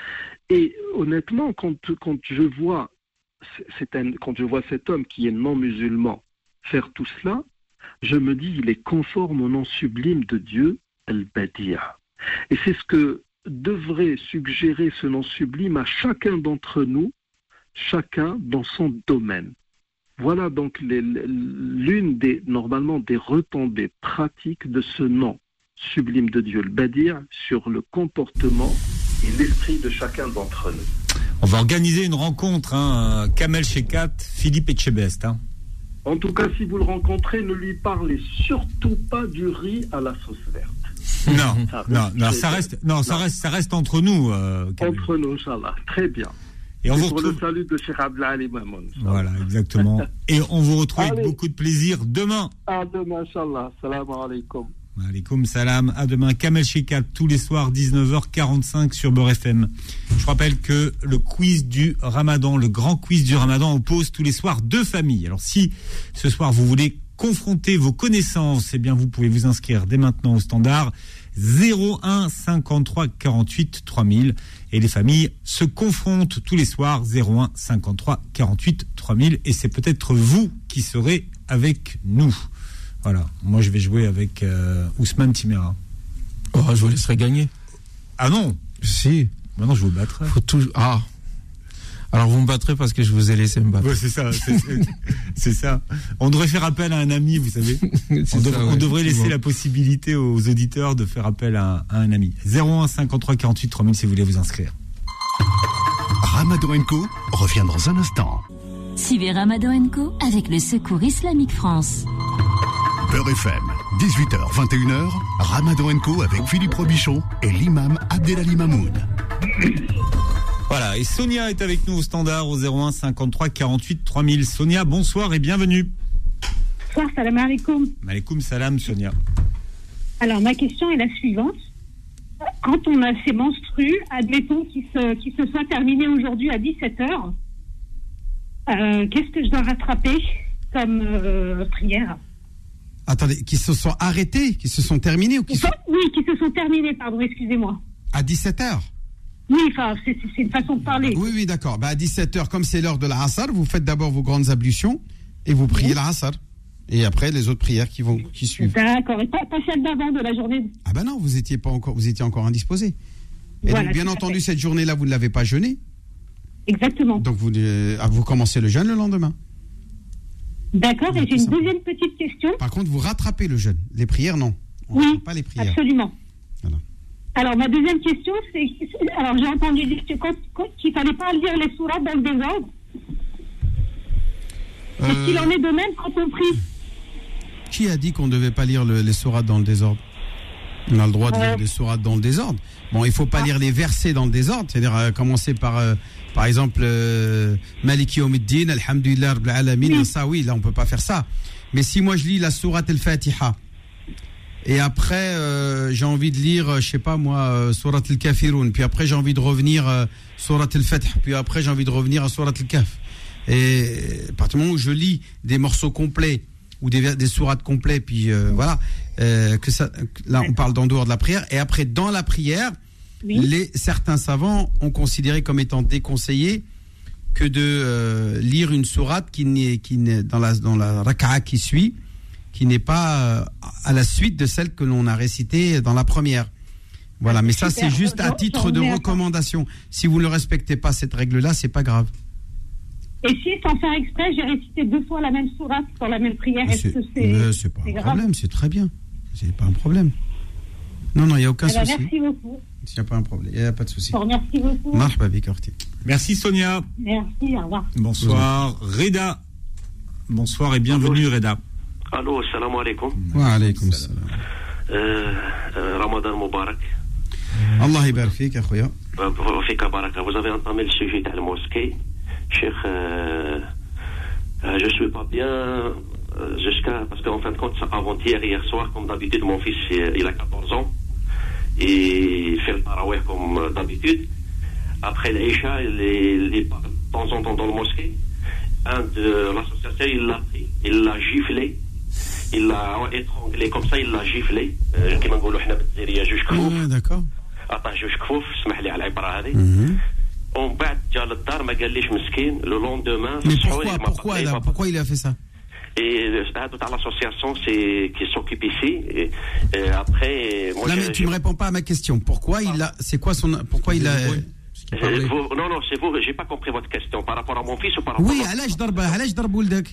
Et honnêtement, quand, quand je vois C'est un, quand je vois cet homme qui est non musulman faire tout cela, je me dis il est conforme au nom sublime de Dieu, Al-Badi'a. Et c'est ce que devrait suggérer ce nom sublime à chacun d'entre nous, chacun dans son domaine. Voilà donc les, l'une des, normalement, des retombées pratiques de ce nom sublime de Dieu, Al-Badi'a, sur le comportement et l'esprit de chacun d'entre nous. On va organiser une rencontre, hein, Kamel Shekat, Philippe Etchebest. Hein. En tout cas, si vous le rencontrez, ne lui parlez surtout pas du riz à la sauce verte. Non, ça reste, non, non, ça reste, non, ça reste, ça reste entre nous. Euh, entre nous, Inch'Allah. Très bien. Et on C'est vous pour retrouve... le salut de Cheikh Abdelali Mamoun. Voilà, exactement. Et on vous retrouve avec beaucoup de plaisir demain. À demain, Inch'Allah. Salam alaikum. Alaikum salam, à demain. Kamel Shekat, tous les soirs, dix-neuf heures quarante-cinq sur Beurre F M. Je rappelle que le quiz du Ramadan, le grand quiz du Ramadan, oppose tous les soirs deux familles. Alors si ce soir vous voulez confronter vos connaissances, eh bien vous pouvez vous inscrire dès maintenant au standard zéro un cinquante-trois quarante-huit trois mille. Et les familles se confrontent tous les soirs zéro un cinquante-trois quarante-huit trois mille. Et c'est peut-être vous qui serez avec nous. Voilà, moi je vais jouer avec euh, Ousmane Timera. Oh, je vous laisserai gagner. Ah non? Si. Maintenant je vous battrai. Faut toujours... Ah. Alors vous me battrez parce que je vous ai laissé me battre. Ouais, c'est ça, c'est, c'est, c'est ça. On devrait faire appel à un ami, vous savez. on, ça, dev- ouais, on devrait laisser bon. la possibilité aux auditeurs de faire appel à, à un ami. zéro un cinquante-trois quarante-huit trois mille si vous voulez vous inscrire. Ramadan and Co revient dans un instant. Suivez Ramadan and Co avec le Secours Islamique France. Beurre F M, dix-huit heures vingt et une heures, Ramadan and Co avec Philippe Robichon et l'imam Abdelali Mamoun. Voilà, et Sonia est avec nous au standard au zéro un cinquante-trois quarante-huit trois mille. Sonia, bonsoir et bienvenue. Bonsoir, salam alaikum. Alaikum salam, Sonia. Alors, ma question est la suivante. Quand on a ces menstrues, admettons qu'ils se, qu'ils se soient terminés aujourd'hui à dix-sept heures, euh, qu'est-ce que je dois rattraper comme euh, prière? Attendez, qui se sont arrêtés, qui se sont terminés ou qui sont... Oui, qui se sont terminés, pardon, excusez-moi. À dix-sept heures? Oui, enfin, c'est, c'est une façon de parler. Oui, oui, d'accord. Bah, à dix-sept heures, comme c'est l'heure de la Asr, vous faites d'abord vos grandes ablutions et vous priez oui. la Asr. Et après, les autres prières qui vont, qui suivent. D'accord. Et pas, pas celle d'avant de la journée? Ah ben non, vous étiez pas encore, vous étiez encore indisposé. Et voilà, donc, bien entendu, cette journée-là, vous ne l'avez pas jeûné. Exactement. Donc, vous, euh, vous commencez le jeûne le lendemain. D'accord. Et j'ai une deuxième petite question. Par contre, vous rattrapez le jeûne. Les prières, non. On oui, pas les prières. Absolument. Voilà. Alors, ma deuxième question, c'est... Alors, j'ai entendu dire que quand, quand, qu'il ne fallait pas lire les sourates dans le désordre. Euh... Est-ce qu'il en est de même quand on prie? Qui a dit qu'on ne devait pas lire le, les sourates dans le désordre? On a le droit de lire euh... des sourates dans le désordre. Bon, il ne faut pas ah. lire les versets dans le désordre, c'est-à-dire euh, commencer par, euh, par exemple, euh, Maliki Yawmiddin, Alhamdulillah Rabbil Alamin, oui. Ça, oui, là, on ne peut pas faire ça. Mais si moi, je lis la sourate Al-Fatiha, et après, euh, j'ai envie de lire, je sais pas moi, euh, Surat Al-Kafirun. Puis après, j'ai envie de revenir euh, Surat Al-Fath. Puis après, j'ai envie de revenir à Surat Al-Kaf. Et à partir du moment où je lis des morceaux complets ou des, des sourates complets, puis euh, voilà, euh, que ça, là, on parle d'en dehors de la prière. Et après, dans la prière, oui. les, certains savants ont considéré comme étant déconseillé que de euh, lire une sourate qui n'est, qui n'est dans la dans la raka'a qui suit, qui n'est pas à la suite de celle que l'on a récitée dans la première. Voilà, mais ça c'est juste à titre de recommandation. Si vous ne respectez pas cette règle-là, c'est pas grave. Et si, sans faire exprès, j'ai récité deux fois la même sourate dans la même prière, est-ce que c'est... Mais c'est pas un problème, c'est très bien. C'est pas un problème. Non, non, il n'y a aucun eh ben, souci. Merci beaucoup. Il n'y a pas un problème, il n'y a pas de souci. Bon, merci beaucoup. Marhaba bik Orti. Merci Sonia. Merci, au revoir. Bonsoir Reda. Bonsoir et bienvenue Reda. Allô, salam alaikum. Wa alaikum salam. Euh, euh, Ramadan Mubarak. Allah yabarak fik, akhouya. Fika baraka. Vous avez entamé le sujet de la mosquée. Cheikh, euh, euh, je suis pas bien euh, jusqu'à... Parce qu'en fin de compte, avant-hier, hier soir, comme d'habitude, mon fils, il a quatorze ans. Et il fait le tarawih comme d'habitude. Après l'Aïcha, il est de temps en temps dans la mosquée. Un de l'association, il l'a pris, il l'a giflé. Il l'a étranglé comme ça, il l'a giflé. كما نقولوا احنا بالجزائريه جوج كفوف. D'accord. عطاه جوج كفوف، اسمح لي على العباره هذه. ومن بعد جا للدار ما قاليش مسكين لو لوندومان. Mais pourquoi pourquoi il a, pourquoi il a fait ça? Et هذا تاع l'association c'est qui s'occupe ici et, et après moi. Non mais tu me réponds pas à ma question. Pourquoi il a, c'est quoi son, pourquoi il a Euh, vous, non, non, c'est vous, j'ai pas compris votre question. Par rapport à mon fils ou par rapport oui, à... علاش ضرب علاش ضرب ولدك؟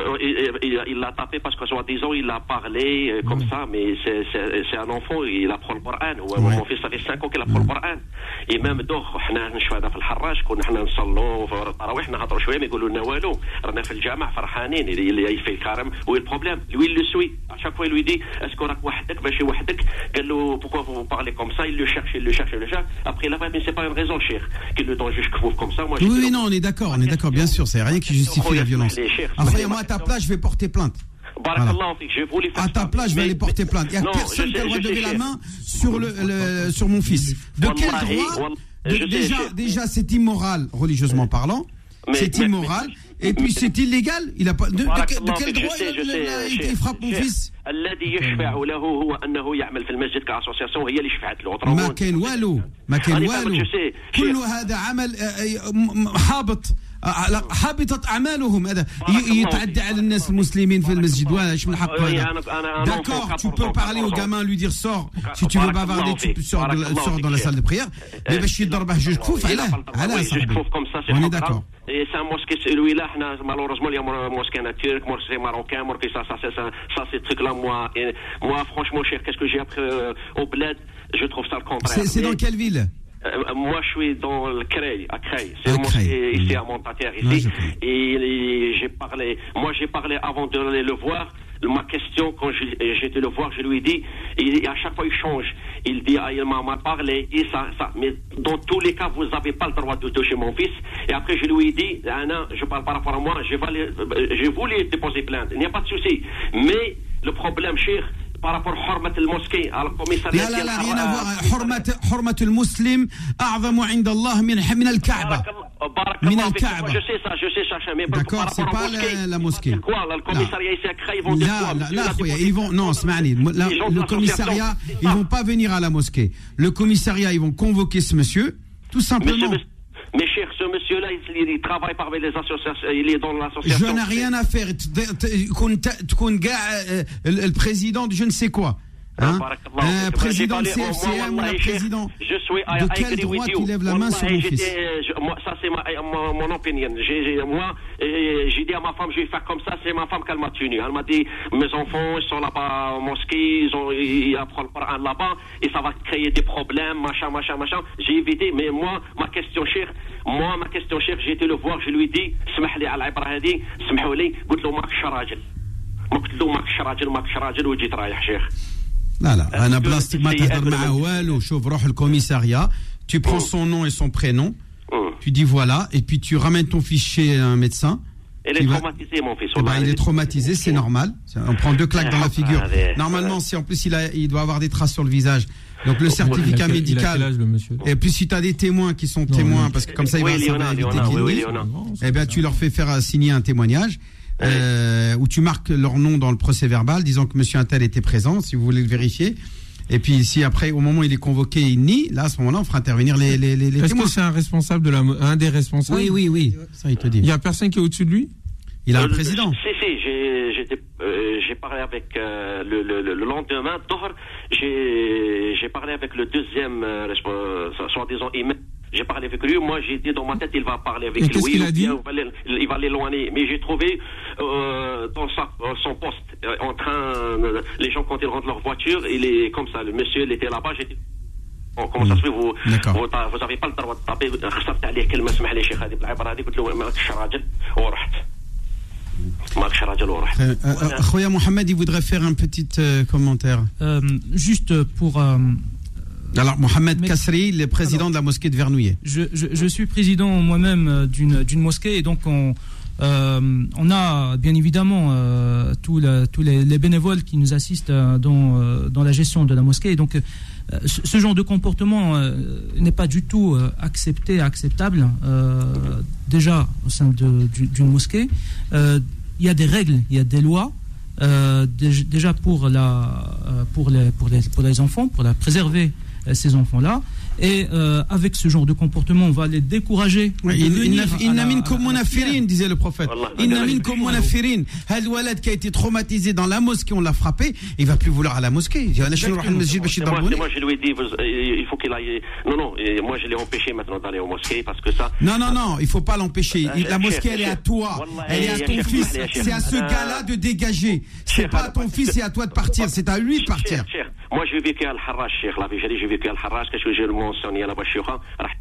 Il l'a tapé parce que soi-disant il a parlé euh, comme mm. ça, mais c'est, c'est, c'est un enfant, il apprend le Coran. Ouais. Mon fils ça fait cinq ans qu'il apprend mm. le Coran. Et même دوخ حنا نشوف هذا في الحراج كنا حنا نصلوا في التراويح نهضروا شويه ما يقولوا لنا والو رانا في الجامع فرحانين اللي يفي الكرم وي البروبليم lui il le suit à chaque fois il lui dit est-ce qu'on راك وحدك ماشي وحدك قال له pourquoi vous parlez comme ça il le cherche il le cherche il le cherche après là mais c'est pas une raison cher qu'il le donne juste comme ça moi. Oui, oui non on est d'accord on est d'accord bien sûr c'est rien qui justifie la violence. Après moi à ta place je vais porter plainte. Voilà. À ta place, je vais aller porter plainte. Il n'y a non, personne qui a le droit de lever la main sur, le, le, sur mon fils. De quel droit de, déjà, déjà, c'est immoral, religieusement parlant. Mais, c'est immoral. Mais, et puis, c'est illégal. Il a pas, de, de, de, de quel droit sais, il, sais, il, il frappe mon fils? الذي يشفع له هو أنه يعمل في المسجد كأسوسياسيون هي اللي شفعت له. ما كان والو ما كان والو. كل هذا عمل حابط. حبطت أعمالهم هذا يتعدى على الناس المسلمين في المسجد واش من حقه هذا. D'accord, tu peux parler au gamin lui dire sors si tu veux bavarder tu sors dans la salle de prière mais باش يضربه جوج كفوف علاه علاه صاحبي on est d'accord. Et c'est un mosquée celui-là malheureusement il y a un mosquée turc mosquée marocain mosquée ça ça ça ça ces trucs là moi et moi franchement cher qu'est-ce que j'ai appris euh, au bled je trouve ça le contraire. C'est, c'est dans quelle ville? Euh, moi, je suis dans le Creil, à Creil. C'est une mosquée ici à Montatière, ici. Ouais, et, et j'ai parlé, moi j'ai parlé avant de le voir. Ma question, quand j'étais le voir, je lui ai dit, et à chaque fois il change. Il dit, ah, il m'a parlé, et ça, ça. Mais dans tous les cas, vous n'avez pas le droit de toucher mon fils. Et après, je lui ai dit, Anna, je parle par rapport à moi, je voulais déposer plainte. Il n'y a pas de souci. Mais le problème, cher, par rapport à حرمة المسكين على الكوميساريات. لا لا لا rien à voir. حرمة حرمة المسلم أعظم عند الله من من الكعبة. من الكعبة. Je sais ça, je sais ça, mais d'accord, c'est pas la, la mosquée. Quoi, le commissariat ici à Creil, ils vont dire quoi? Là, là, là, ils vont, non, اسمعني, le commissariat, ils vont pas venir à la mosquée. Le commissariat, ils vont convoquer ce monsieur, tout simplement. Mais cher, ce monsieur-là, il, il travaille parmi les associations, il est dans l'association. Je n'ai rien à faire. Le président de je ne sais quoi. Hein un président de C F C M ou un président je suis, de quel droit tu lèves la main sur mon fils? je, moi, ça c'est ma, mon, mon opinion. J'ai, j'ai, moi, j'ai dit à ma femme, je vais faire comme ça. C'est ma femme qu'elle m'a tenu. Elle m'a dit, mes enfants, ils sont là-bas au mosquée, ils, ont, ils apprennent le Coran là-bas, et ça va créer des problèmes, machin, machin, machin. J'ai évité, mais moi, ma question chère, moi, ma question chère, j'ai été le voir, je lui ai dit, سمح لي على العبرة هذه، سمحوا لي، قلت له ماكش راجل. ما قلت له ماكش راجل ماكش راجل وجيت رايح شيخ. لا لا انا بلاصتك ما تهضر معاه والو. شوف روح الكوميساريا, tu prends son nom et son prénom, tu dis voilà, et puis tu ramènes ton fils chez un médecin. Il est traumatisé, mon fils. Eh ben, il est traumatisé, c'est normal. On prend deux claques dans la figure. Normalement, si en plus il a, il doit avoir des traces sur le visage. Donc le certificat médical. Et puis si tu as des témoins qui sont témoins, parce que comme ça il va éviter qu'il eh ben tu leur fais faire signer un témoignage. Euh, où tu marques leur nom dans le procès verbal, disant que monsieur Untel était présent, si vous voulez le vérifier. Et puis si après, au moment où il est convoqué, il nie, là à ce moment-là, on fera intervenir les, les, les, les Est-ce témoins. que c'est un responsable de la, un des responsables? Oui, oui, oui. Ça, il te dit. Il y a personne qui est au-dessus de lui? Il a un président. Si, si, j'ai, j'ai, euh, j'ai parlé avec euh, le, le, le lendemain, j'ai, j'ai parlé avec le deuxième, euh, soi-disant imam. J'ai parlé avec lui, moi j'ai dit dans ma tête il va parler avec et lui, qu'est-ce qu'il a dit? Il va l'éloigner, mais j'ai trouvé euh, dans sa, son poste en train, euh, les gens quand ils rentrent leur voiture, il est comme ça, le monsieur il était là-bas, j'ai dit bon, comment ça se fait, vous vous, vous avez pas le droit de taper, خسرت عليه كلمة اسمح لي شيخ هذه بالعبارة هذه قلت له ماكش راجل ورحت ماكش راجل ورحت. Khoya Mohamed, il voudrait faire un petit euh, commentaire. Euh, juste pour euh, Alors, Mohamed Mais, Kasri, le président alors, de la mosquée de Vernouillet. Je, je, je suis président moi-même d'une, d'une mosquée et donc on, euh, on a bien évidemment euh, tous, la, tous les, les bénévoles qui nous assistent dans, dans la gestion de la mosquée. Et donc, euh, ce, ce genre de comportement euh, n'est pas du tout euh, accepté, acceptable, euh, déjà au sein de, d'une mosquée. Euh, il y a des règles, il y a des lois. Euh, déjà pour, la, pour, les, pour, les, pour les enfants, pour la préserver ces enfants-là, et euh, avec ce genre de comportement, on va les décourager. Inna minkum munafirin, disait le prophète. Inna minkum munafirin. Hal walad qui a été traumatisé dans la mosquée, on l'a frappé, il va plus vouloir à la mosquée. Moi, moi, je lui ai dit, il faut qu'il aille. Non, non, moi je l'ai empêché maintenant d'aller aux mosquées parce que ça. Non, non, non, il faut pas l'empêcher. La mosquée, elle est à toi, elle est à ton fils. C'est à ce gars-là de dégager. C'est pas à ton fils, c'est à toi de partir. C'est à lui de partir. Moi, j'ai vécu à Al-Harraj, Cheikh. La Vigélie, j'ai vécu à Al-Harraj. Qu'est-ce que j'ai mentionné à la Bachira?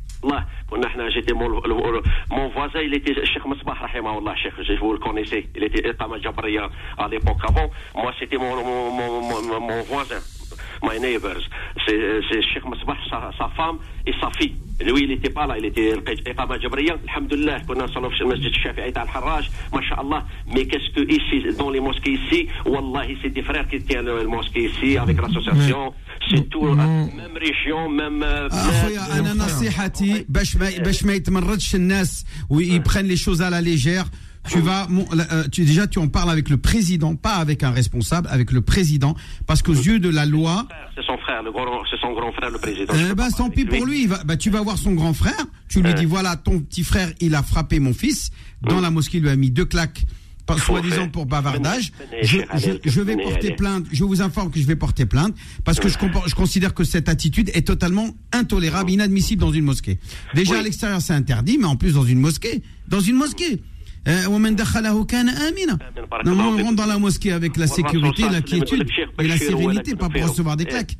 J'étais mon, mon voisin, il était Cheikh Masbah, rahimahullah, Cheikh. Vous le connaissez. Il était Etama Jabriya à l'époque avant. Moi, c'était mon, mon, mon, mon, mon voisin. My neighbors. C'est, c'est Cheikh Masbah, sa, sa femme et sa fille. Lui, il n'était pas là, il était Etama Jabriya. Alhamdulillah, qu'on a salaf chez le Masjid Shafi'i à Al-Harraj. Masha'Allah. Mais qu'est-ce que ici, dans les mosquées ici, Wallahi, c'est des frères qui tiennent le mosquée ici avec l'association. C'est tout, même région, même. أخويا أنا نصيحتي باش ما باش ما يتمردش الناس ويprennent les choses à la légère. Tu vas, tu, déjà, tu en parles avec le président, pas avec un responsable, avec le président, parce qu'aux yeux de la loi. C'est son frère, le grand, c'est son grand frère, le président. Eh ben, tant pis pour lui. Il va, bah, tu vas voir son grand frère. Tu lui euh. dis, voilà, ton petit frère, il a frappé mon fils. Dans mmh. la mosquée, il lui a mis deux claques, soi-disant pour bavardage. Je, je, je vais porter plainte. Je vous informe que je vais porter plainte parce que je, je considère que cette attitude est totalement intolérable, inadmissible dans une mosquée. Déjà, oui. à l'extérieur, c'est interdit, mais en plus, dans une mosquée. Dans une mosquée. ومن دخله كان آمنا. Normalement, on rentre dans la mosquée avec la sécurité, la quiétude et la sérénité, pas pour recevoir des claques.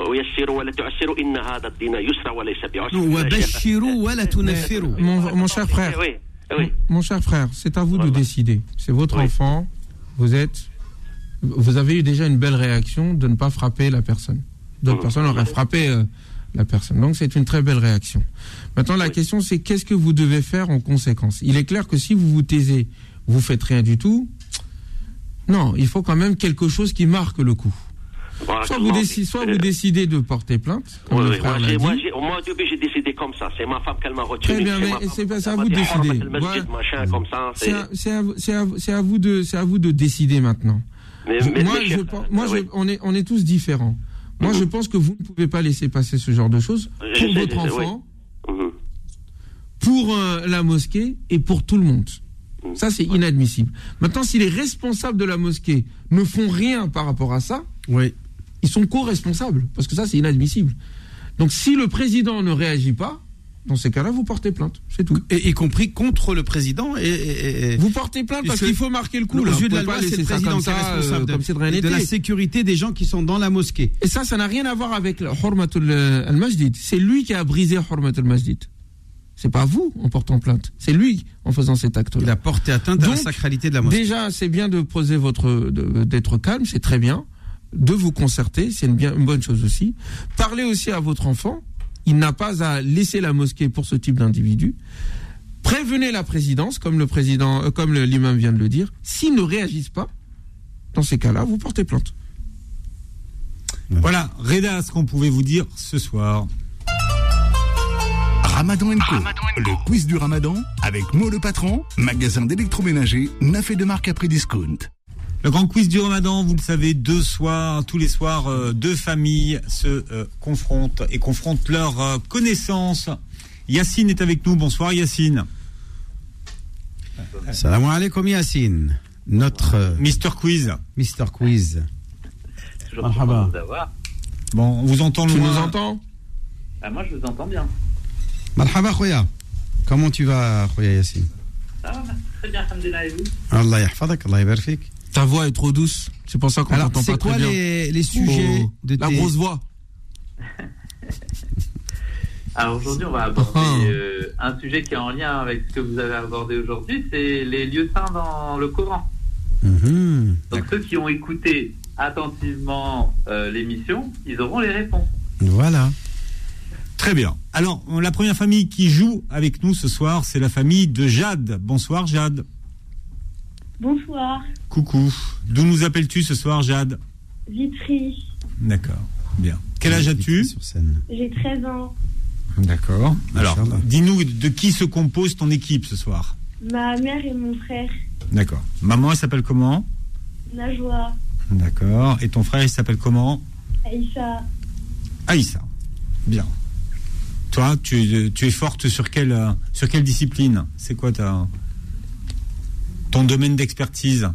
Mon, mon cher frère, mon cher frère, c'est à vous de décider. C'est votre enfant. Vous êtes, vous avez eu déjà une belle réaction de ne pas frapper la personne. D'autres personnes auraient frappé euh, la personne. Donc c'est une très belle réaction. Maintenant la question c'est qu'est-ce que vous devez faire en conséquence. Il est clair que si vous vous taisez, vous faites rien du tout. Non, il faut quand même quelque chose qui marque le coup. Voilà, soit vous, décidez, soit vous décidez de porter plainte, comme oui, le frère moi, l'a dit. Moi, j'ai, moi, au début, j'ai décidé comme ça. C'est ma femme qu'elle m'a retenu. Très bien, mais c'est, c'est, c'est à vous de décider. Voilà. Machin, comme ça, c'est... C'est, à, c'est, à, c'est, à, c'est à vous de, c'est à vous de décider maintenant. Mais, je, mais, moi, mais je, je, moi, oui. je, on est, on est tous différents. Moi, mm-hmm. je pense que vous ne pouvez pas laisser passer ce genre de choses pour je votre sais, enfant, oui. mm-hmm. pour euh, la mosquée et pour tout le monde. Mm-hmm. Ça, c'est ouais. inadmissible. Maintenant, si les responsables de la mosquée ne font rien par rapport à ça, oui. Ils sont co-responsables, parce que ça, c'est inadmissible. Donc, si le président ne réagit pas, dans ces cas-là, vous portez plainte, c'est tout. Et, y compris contre le président. Et, et, et... Vous portez plainte parce qu'il faut marquer le coup. Aux Là, yeux de la pas loi, c'est laisser le ça président comme qui est ça, responsable euh, de, comme si de rien de n'était. la sécurité des gens qui sont dans la mosquée. Et ça, ça n'a rien à voir avec le Hurmatul al-Masjid. C'est lui qui a brisé Hurmatul al-Masjid. C'est pas vous en portant plainte. C'est lui en faisant cet acte-là. Il a porté atteinte Donc, à la sacralité de la mosquée. Déjà, c'est bien de poser votre, de, d'être calme, c'est très bien. De vous concerter, c'est une, bien, une bonne chose aussi. Parlez aussi à votre enfant. Il n'a pas à laisser la mosquée pour ce type d'individu. Prévenez la présidence, comme le président, euh, comme le, l'imam vient de le dire. S'ils ne réagissent pas, dans ces cas-là, vous portez plainte. Voilà, Reda, ce qu'on pouvait vous dire ce soir. Ramadan and Co, le quiz du Ramadan avec Mo le patron, magasin d'électroménager, neuf et de marque à prix discount. Le grand quiz du Ramadan, vous le savez, deux soirs, tous les soirs, euh, deux familles se euh, confrontent et confrontent leurs euh, connaissances. Yacine est avec nous. Bonsoir Yacine. Salam alaikum Yacine. Notre euh, Mister Quiz. Mister Quiz. Toujours content de vous avoir. Bon, on vous entend Tu loin. nous entends? Ah, moi, je vous entends bien. Marhaba Khoya. Comment tu vas Khoya Yacine? Ça va, très bien, alhamdoulilah, et vous? Allah yahfadak, Allah yabarfik. Ta voix est trop douce, c'est pour ça qu'on Alors, t'entend pas très bien. c'est quoi les, les sujets oh, de la tes... grosse voix? Alors aujourd'hui, on va aborder euh, un sujet qui est en lien avec ce que vous avez abordé aujourd'hui, c'est les lieux saints dans le Coran. Mmh, Donc ceux qui ont écouté attentivement euh, l'émission, ils auront les réponses. Voilà. Très bien. Alors, la première famille qui joue avec nous ce soir, c'est la famille de Jade. Bonsoir Jade. Bonsoir. Coucou. D'où nous appelles-tu ce soir, Jade? Vitry. D'accord. Bien. Quel âge as-tu? J'ai treize ans. D'accord. Alors, dis-nous de qui se compose ton équipe ce soir? Ma mère et mon frère. D'accord. Maman, elle s'appelle comment? Najwa. D'accord. Et ton frère, il s'appelle comment? Aïssa. Aïssa. Bien. Toi, tu, tu es forte sur quelle, sur quelle discipline? C'est quoi ta, ton domaine d'expertise?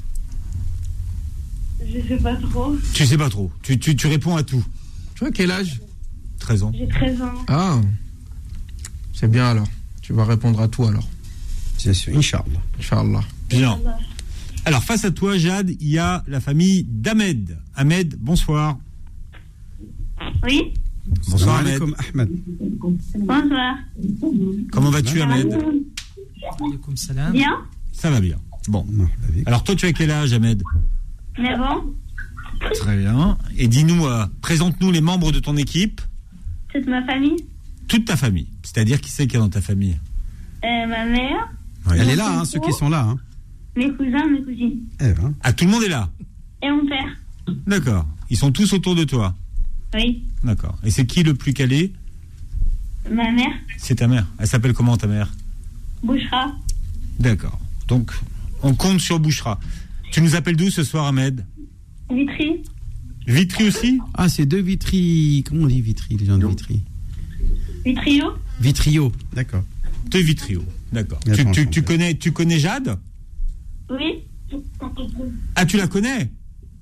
Je sais pas trop. Tu sais pas trop. Tu, tu, tu réponds à tout. Tu as quel âge? treize ans. J'ai treize ans. Ah, c'est bien alors. Tu vas répondre à tout alors. C'est sûr, Inch'Allah. Inch'Allah. Bien. Alors, face à toi, Jade, il y a la famille d'Ahmed. Ahmed, bonsoir. Oui. Bonsoir, Ahmed. Ahmed. Bonsoir. Comment vas-tu, Ahmed? Bien. Ça va bien. Bon. Alors, toi, tu as quel âge, Ahmed? neuf ans. Très bien. Et dis-nous, euh, présente-nous les membres de ton équipe. Toute ma famille. Toute ta famille. C'est-à-dire, qui c'est qui est dans ta famille? Euh, ma mère. Oui. Elle est là, hein, ceux qui sont là. Hein. Mes cousins, mes cousines. Eh ben. Ah, tout le monde est là? Et mon père. D'accord. Ils sont tous autour de toi? Oui. D'accord. Et c'est qui le plus calé? Ma mère. C'est ta mère. Elle s'appelle comment, ta mère? Bouchra. D'accord. Donc, on compte sur Bouchra. Tu nous appelles d'où ce soir, Ahmed? Vitry. Vitry aussi? Ah, c'est deux Vitry. Comment on dit Vitry, les gens de Vitry? Vitrio. Vitrio, d'accord. Deux Vitrio, d'accord. Tu, tu, tu, connais, tu connais Jade? Oui. Ah, tu la connais?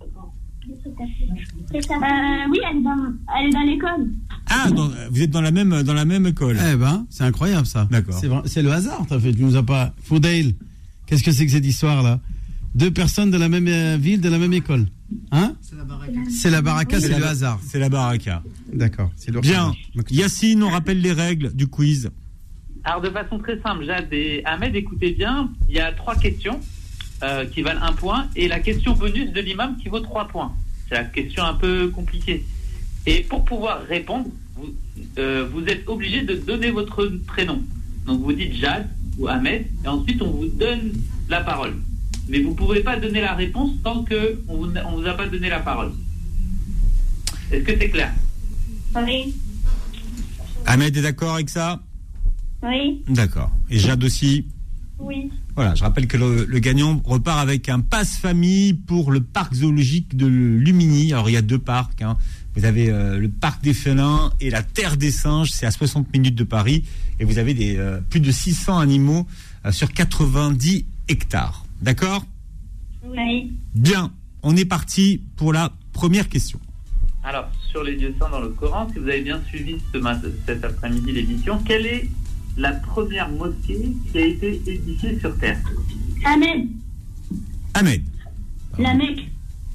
Euh, oui, elle est dans, elle est dans l'école. Ah, dans, vous êtes dans la même, dans la même école. Eh ben, c'est incroyable ça. D'accord. C'est, c'est le hasard, t'as fait. Tu nous as pas. Foudail, qu'est-ce que c'est que cette histoire-là? Deux personnes de la même euh, ville, de la même école. Hein? C'est la baraka. C'est la baraka, c'est, c'est le la, hasard. C'est la baraka. D'accord. C'est le Bien. Yacine, on rappelle les règles du quiz. Alors, de façon très simple, Jade et Ahmed, écoutez bien, il y a trois questions euh, qui valent un point et la question bonus de l'imam qui vaut trois points. C'est la question un peu compliquée. Et pour pouvoir répondre, vous, euh, vous êtes obligé de donner votre prénom. Donc, vous dites Jade ou Ahmed et ensuite, on vous donne la parole. Mais vous ne pouvez pas donner la réponse tant qu'on ne vous a pas donné la parole. Est-ce que c'est clair? Oui. Ahmed est d'accord avec ça? Oui. D'accord. Et Jade aussi? Oui. Voilà, je rappelle que le, le gagnant repart avec un passe-famille pour le parc zoologique de Lumini. Alors, il y a deux parcs. Hein. Vous avez euh, le parc des félins et la terre des singes. C'est à soixante minutes de Paris. Et vous avez des, euh, plus de six cents animaux euh, sur quatre-vingt-dix hectares. D'accord? Oui. Bien. On est parti pour la première question. Alors, sur les dieux saints dans le Coran, si vous avez bien suivi ce matin, cet après-midi l'émission, quelle est la première mosquée qui a été édifiée sur Terre? Ahmed. Ahmed. La Mecque.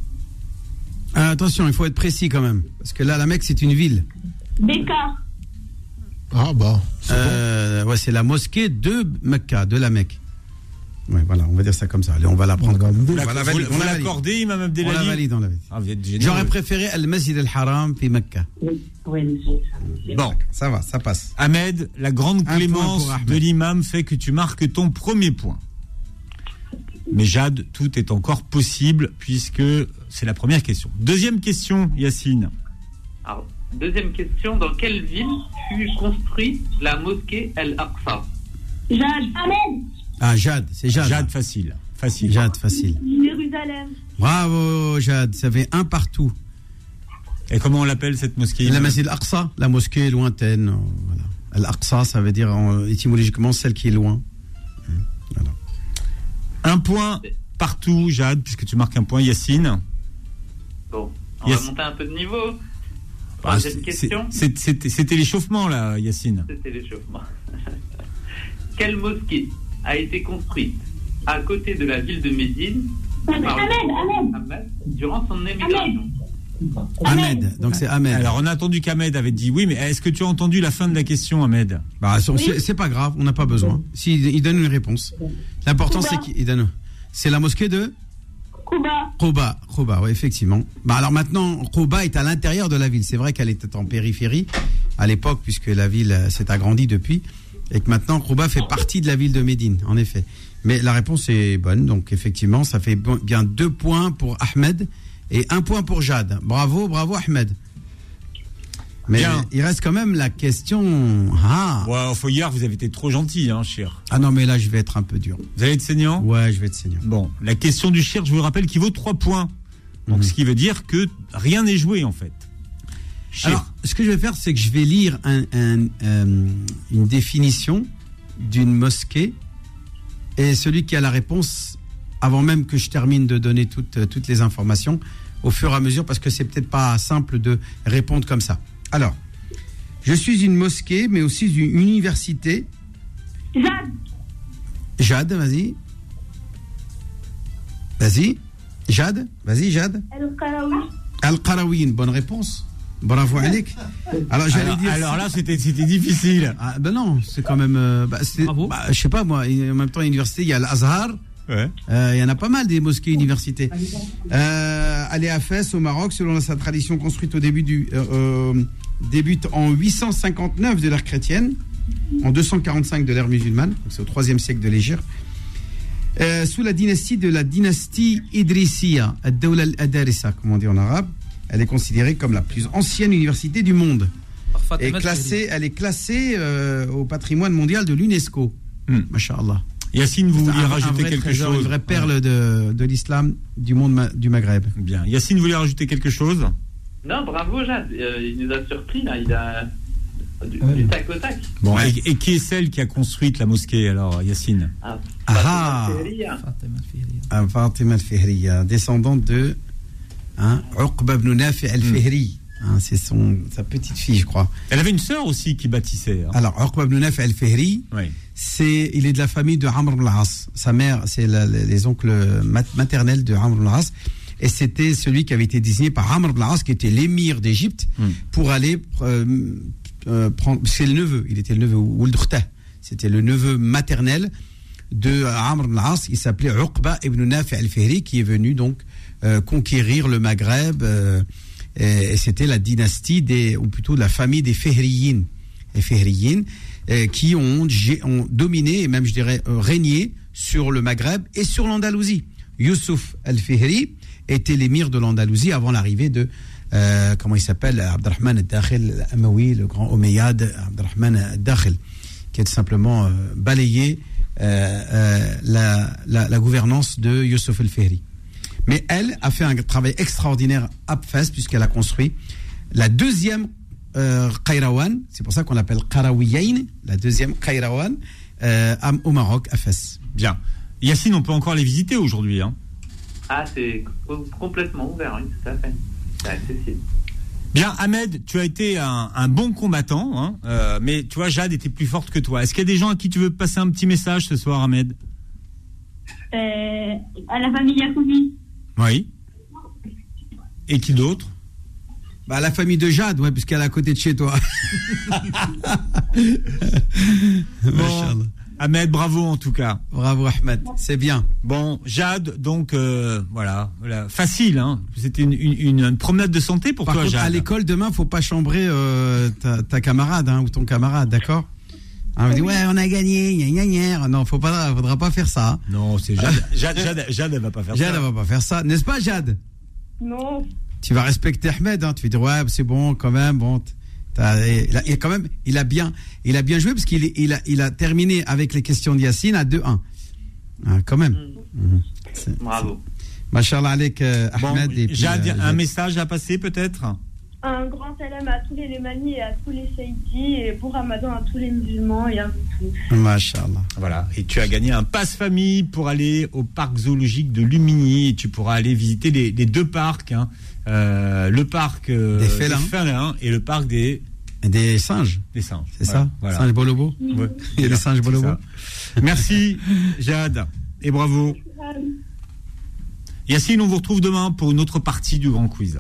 Ah, attention, il faut être précis quand même. Parce que là, la Mecque, c'est une ville. Bécar. Ah bah. C'est euh, bon. Ouais, c'est la mosquée de Mecca, de la Mecque. Ouais, voilà, on va dire ça comme ça. Allez, on va la prendre. Vous, on va la valider. vous l'accordez, Imam Abdelali? On la valide, on la valide. Ah, vous êtes génial. J'aurais préféré Al-Masjid Al-Haram puis Mecca. Bon, ça va, ça passe. Ahmed, la grande Un clémence point pour de Ahmed. l'imam fait que tu marques ton premier point. Mais Jade, tout est encore possible puisque c'est la première question. Deuxième question, Yacine. Alors, deuxième question, dans quelle ville fut construite la mosquée Al-Aqsa? Jade. Ahmed. Ah, Jade, c'est Jade. Jade, facile. Facile. Jade, facile. Jérusalem. Bravo, Jade, ça fait un partout. Et comment on l'appelle cette mosquée? La Masjid Al-Aqsa, la mosquée lointaine. euh, Voilà. Al-Aqsa, ça veut dire euh, étymologiquement celle qui est loin. Voilà. Un point partout, Jade, puisque tu marques un point. Yacine. Bon, on Yes. va monter un peu de niveau. Ah, Troisième c'est- question. c'est- C'était c'était l'échauffement, là, Yacine. C'était l'échauffement. Quelle mosquée a été construite à côté de la ville de Médine par le Ahmed, Ahmed. Ahmed durant son émigration? Ahmed, donc c'est Ahmed. Alors, on a entendu qu'Ahmed avait dit oui, mais est-ce que tu as entendu la fin de la question, Ahmed? Bah, c'est- c'est c'est pas grave, on n'a pas besoin. Si, il donne une réponse. L'important, c'est qu'il donne. C'est la mosquée de Kouba. Quba. Quba, oui, effectivement. Bah, alors maintenant, Quba est à l'intérieur de la ville. C'est vrai qu'elle était en périphérie à l'époque, puisque la ville euh, s'est agrandie depuis. Et que maintenant, Quba fait partie de la ville de Médine, en effet. Mais la réponse est bonne. Donc, effectivement, ça fait bon- bien deux points pour Ahmed et un point pour Jade. Bravo, bravo, Ahmed. Mais Bien. il reste quand même la question. Ah, Ouais, enfin, hier, vous avez été trop gentil, hein, Chir. ah non, mais là, je vais être un peu dur. Vous allez être saignant? Ouais, je vais être seigneur. Bon, la question du Chir, je vous le rappelle, qui vaut trois points. Donc, Mhm. ce qui veut dire que rien n'est joué, en fait. Chir. Alors, ce que je vais faire, c'est que je vais lire un- un, euh, une définition d'une mosquée et celui qui a la réponse, avant même que je termine de donner toutes, euh, toutes les informations, au fur et à mesure, parce que c'est peut-être pas simple de répondre comme ça. Alors, je suis une mosquée, mais aussi une université. Jade. Jade, vas-y. Vas-y. Jade, vas-y, Jade. Al-Qarawi. Al-Qarawin, bonne réponse. Bravo, Alek. Alors, j'allais alors, dire. alors là, c'était c'était difficile. Ah, ben non, c'est quand même. euh, bah, c'est- Bravo. bah, je sais pas, moi, et en même temps, l'université, il y a l'Azhar. Ouais. Euh, Il y en a pas mal des mosquées universités. Euh, elle est à Fès, au Maroc, selon sa tradition construite au début du. Euh, euh, débute en huit cent cinquante-neuf de l'ère chrétienne, en deux cent quarante-cinq de l'ère musulmane, donc c'est au troisième siècle de l'Hégire. Euh, sous la dynastie de la dynastie Idrissiya, Ad-Dawla al-Adarissa, comme on dit en arabe. Elle est considérée comme la plus ancienne université du monde. Et classée, elle est classée euh, au patrimoine mondial de l'UNESCO. Hmm. Masha'Allah. Yacine, vous C'est vouliez un- un rajouter vrai quelque trésor, chose? Une vraie perle de, de l'islam du monde ma- du Maghreb. Bien. Yacine, vous voulez rajouter quelque chose? Non, bravo Jade, Euh, il nous a surpris là, il a du, du tac au tac. Bon, Ouais. et, et qui est celle qui a construit la mosquée, alors, Yacine? Ah, Ah. Fatima Al-Fihriya. Ah, Fatima al-Fihriya, descendante de hein, Uqba ibn Nafi al-Fihri. Hein, c'est son, sa petite fille, je crois. Elle avait une sœur aussi qui bâtissait. hein. Alors, Uqba ibn Nafi al-Fihri, Oui. c'est, il est de la famille de Amr ibn al-As. Sa mère, c'est la- les, les oncles mat- maternels de Amr ibn al-As. Et c'était celui qui avait été désigné par Amr ibn al-As, qui était l'émir d'Égypte, Hmm. pour aller euh, euh, prendre. C'est le neveu, il était le neveu, Ould Khta. C'était le neveu maternel de Amr ibn al-As. Il s'appelait Uqba ibn Nafi al-Fihri, qui est venu donc euh, conquérir le Maghreb. euh, et, et c'était la dynastie des, ou plutôt la famille des Fihriyin, les Fihriyin, euh, qui ont, gé- ont dominé et même je dirais euh, régné sur le Maghreb et sur l'Andalousie. Youssouf al-Fihri était l'émir de l'Andalousie avant l'arrivée de euh, comment il s'appelle, Abdelrahman al-Dakhil al-Amawi, le grand Omeyyade Abdelrahman al-Dakhil, qui a tout simplement euh, balayé euh, euh, la, la, la gouvernance de Youssouf al-Fihri. Mais elle a fait un travail extraordinaire à Fès, puisqu'elle a construit la deuxième euh, Qayrawan, c'est pour ça qu'on l'appelle Qarawiyayn, la deuxième Qayrawan euh, à- au Maroc, à Fès. Bien. Yacine, on peut encore les visiter aujourd'hui. Hein. Ah, c'est co- complètement ouvert, oui, tout à fait. C'est accessible. Bien, Ahmed, tu as été un, un bon combattant, hein, euh, mais tu vois, Jade était plus forte que toi. Est-ce qu'il y a des gens à qui tu veux passer un petit message ce soir, Ahmed? Euh, à la famille Yacoubi. Oui. Et qui d'autre? Bah, la famille de Jade, ouais, puisqu'elle est à côté de chez toi. Bon, Ahmed, bravo en tout cas. Bravo Ahmed, c'est bien. Bon, Jade, donc euh, voilà, voilà, facile, hein. C'était une, une, une promenade de santé pour Par toi, contre, Jade. à l'école demain, faut pas chambrer euh, ta, ta camarade hein, ou ton camarade, d'accord? Hein, on dit ouais, on a gagné, gna gna gna. Non, faut pas, faudra pas faire ça. Non, c'est Jade. Jade, Jade, Jade, elle va pas faire Jade, ça. elle va pas faire ça, n'est-ce pas, Jade? Non. Tu vas respecter Ahmed, hein. Tu vas dire ouais, c'est bon, quand même, bon. T'as, il, a, il a quand même, il a bien, il a bien joué parce qu'il il a, il a terminé avec les questions d'Yacine à deux un. Ah, quand même. Mmh. C'est, Bravo. Machallah alek euh, Ahmed. Bon, et puis, Jade, euh, un Jade. message à passer peut-être? Un grand salam à tous les Lémani et à tous les Saïdis et pour Ramadan à tous les musulmans et à vous tous. Machallah. Voilà. Et tu as gagné un passe-famille pour aller au parc zoologique de Lumini et tu pourras aller visiter les, les deux parcs, hein. Euh, le parc euh, des félins. des félins et le parc des des singes. Des singes. C'est voilà, ça. Voilà. Singes bolobo. Ouais. Il y a des singes bolobo. Merci Jade et bravo. Yacine, on vous retrouve demain pour une autre partie du grand quiz.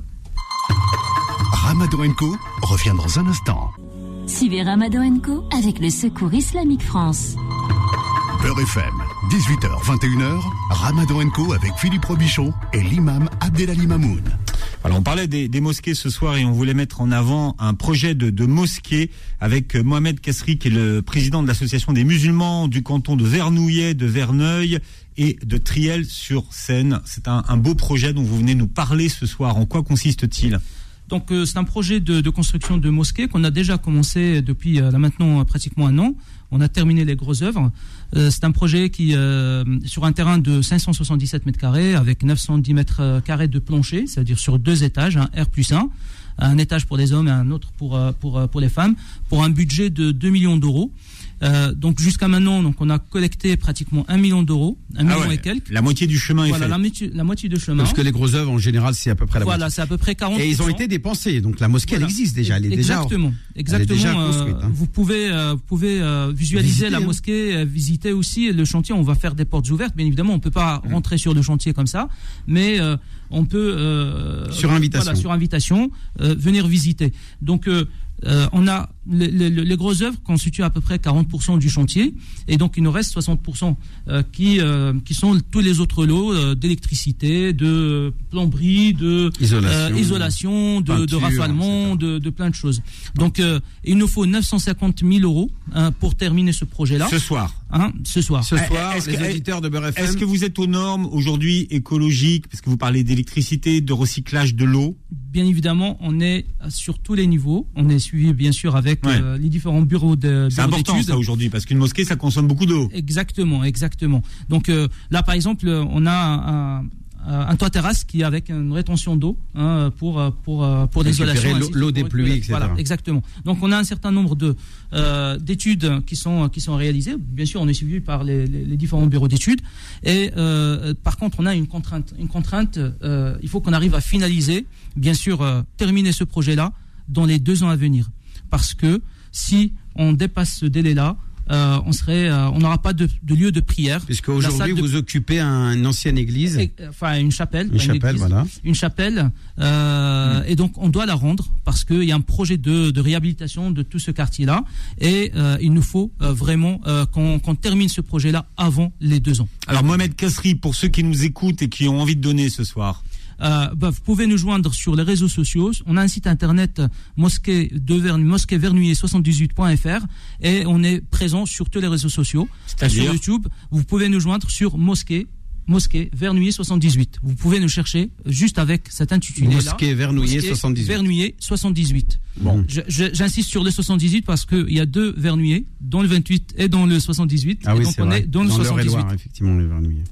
Ramadan and Co revient dans un instant. Suivez Ramadan and Co avec le Secours Islamique France. Beurre F M, dix-huit heures vingt et une heures, Ramadan and Co avec Philippe Robichon et l'imam Abdelali Mamoun. Alors on parlait des, des mosquées ce soir et on voulait mettre en avant un projet de, de mosquée avec Mohamed Kassri qui est le président de l'association des musulmans du canton de Vernouillet, de Verneuil et de Triel-sur-Seine. C'est un, un beau projet dont vous venez nous parler ce soir. En quoi consiste-t-il ? Donc euh, c'est un projet de, de construction de mosquée qu'on a déjà commencé depuis euh, là maintenant euh, pratiquement un an. On a terminé les grosses œuvres. Euh, c'est un projet qui euh, sur un terrain de cinq cent soixante-dix-sept mètres carrés avec neuf cent dix mètres carrés de plancher, c'est-à-dire sur deux étages, un R plus un, un étage pour les hommes et un autre pour pour pour les femmes, pour un budget de deux millions d'euros. Euh, donc jusqu'à maintenant, donc on a collecté pratiquement un million d'euros, un ah million ouais, et quelques. La moitié du chemin voilà, est fait. La moitié, la moitié du chemin. Parce que les grosses œuvres en général, c'est à peu près la voilà, moitié. c'est à peu près quarante pour cent. Et ils ont été dépensés, donc la mosquée voilà. elle existe déjà, elle est exactement, déjà, exactement. Elle est déjà construite. Hein. Vous pouvez, euh, vous pouvez euh, visualiser visiter, la mosquée, euh, visiter aussi le chantier. On va faire des portes ouvertes, bien évidemment. On peut pas mmh. rentrer sur le chantier comme ça, mais euh, on peut euh, sur invitation, voilà, sur invitation, euh, venir visiter. Donc euh, Euh, on a les, les, les grosses œuvres constituent à peu près quarante pour cent du chantier et donc il nous reste soixante pour cent euh, qui euh, qui sont tous les autres lots euh, d'électricité, de plomberie, de isolation, euh, isolation de, peinture, de raffalement, de, de plein de choses. Donc euh, il nous faut neuf cent cinquante mille euros hein, pour terminer ce projet-là. Ce soir. Hein, ce soir. Ce soir, est-ce les que, auditeurs de Beurre F M. Est-ce que vous êtes aux normes aujourd'hui écologiques, parce que vous parlez d'électricité, de recyclage de l'eau? Bien évidemment, on est sur tous les niveaux. On est suivi bien sûr avec ouais. euh, les différents bureaux de. C'est important ça aujourd'hui, parce qu'une mosquée ça consomme beaucoup d'eau. Exactement, exactement. Donc euh, là par exemple, on a un, un toit terrasse qui est avec une rétention d'eau hein, pour pour pour l'isolation, l'eau, l'eau des pluies, et cetera. Voilà, exactement. Donc on a un certain nombre de euh, d'études qui sont qui sont réalisées. Bien sûr, on est suivi par les, les, les différents bureaux d'études. Et euh, par contre, on a une contrainte. Une contrainte. Euh, il faut qu'on arrive à finaliser, bien sûr, euh, terminer ce projet-là dans les deux ans à venir. Parce que si on dépasse ce délai-là, euh, on serait, euh, on n'aura pas de, de lieu de prière. Puisque aujourd'hui de... vous occupez un, une ancienne église. Et, enfin une chapelle. Une chapelle, une église, voilà. Une chapelle. Euh, mmh. Et donc on doit la rendre parce qu'il y a un projet de, de réhabilitation de tout ce quartier-là. Et euh, il nous faut euh, vraiment euh, qu'on, qu'on termine ce projet-là avant les deux ans. Alors Mohamed Kassri, pour ceux qui nous écoutent et qui ont envie de donner ce soir. Euh, bah, vous pouvez nous joindre sur les réseaux sociaux. On a un site internet mosquée de Vern, mosquée vernouillet soixante-dix-huit point f r et on est présent sur tous les réseaux sociaux. C'est-à-dire sur YouTube, vous pouvez nous joindre sur mosquée mosquée Vernouillet soixante-dix-huit. Vous pouvez nous chercher juste avec cet intitulé-là. Mosquée Vernouillet soixante-dix-huit. Vernouillet soixante-dix-huit. Bon. Je, je, j'insiste sur le soixante-dix-huit parce qu'il y a deux Vernouillets, dans le vingt-huit et dans le soixante-dix-huit. Ah et oui, donc c'est on vrai. est dans le dans soixante-dix-huit. L'Eure-et-Loire, effectivement, le Vernouillet.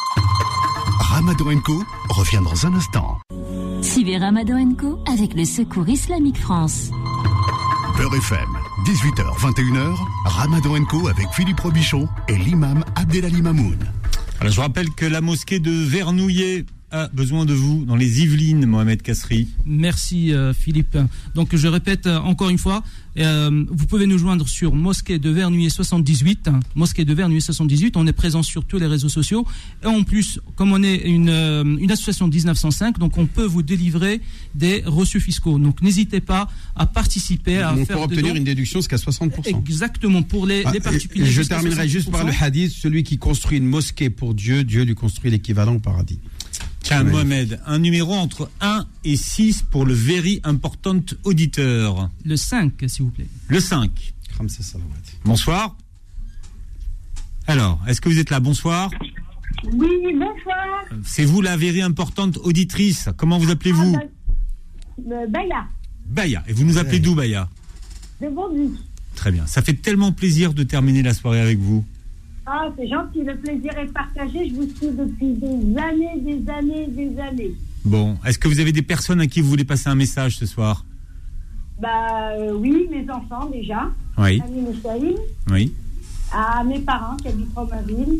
Ramadan and Co revient dans un instant. Suivez Ramadan and Co avec le Secours Islamique France. Beurre F M, dix-huit heures vingt et une heures, Ramadan and Co avec Philippe Robichon et l'imam Abdelali Mamoun. Alors je rappelle que la mosquée de Vernouillet a besoin de vous dans les Yvelines, Mohamed Kasri? Merci euh, Philippe. Donc je répète euh, encore une fois, euh, vous pouvez nous joindre sur Mosquée de Vernouillet soixante-dix-huit, hein, Mosquée de Vernouillet soixante-dix-huit, on est présent sur tous les réseaux sociaux. Et en plus, comme on est une, euh, une association dix-neuf cent cinq, donc on peut vous délivrer des reçus fiscaux. Donc n'hésitez pas à participer, à on faire peut obtenir dons. une déduction jusqu'à soixante pour cent. Exactement, pour les, Ah, les particuliers. Je jusqu'à terminerai juste par le soixante pour cent. hadith, celui qui construit une mosquée pour Dieu, Dieu lui construit l'équivalent au paradis. Tiens, Oui. Mohamed, un numéro entre un et six pour le very important auditeur. Le cinq, s'il vous plaît. Le cinq. Bonsoir. Alors, est-ce que vous êtes là? Bonsoir. Oui, bonsoir. C'est vous la very importante auditrice. Comment vous appelez-vous? Euh, Baya, Baya. Et vous nous appelez d'où, Baya? de Bondy. Très bien. Ça fait tellement plaisir de terminer la soirée avec vous. Ah, c'est gentil, le plaisir est partagé. Je vous suis depuis des années, des années, des années. Bon, est-ce que vous avez des personnes à qui vous voulez passer un message ce soir? Bah euh, oui, mes enfants déjà. Oui. À Amine et Saïm, Oui. à mes parents qui habitent Romainville.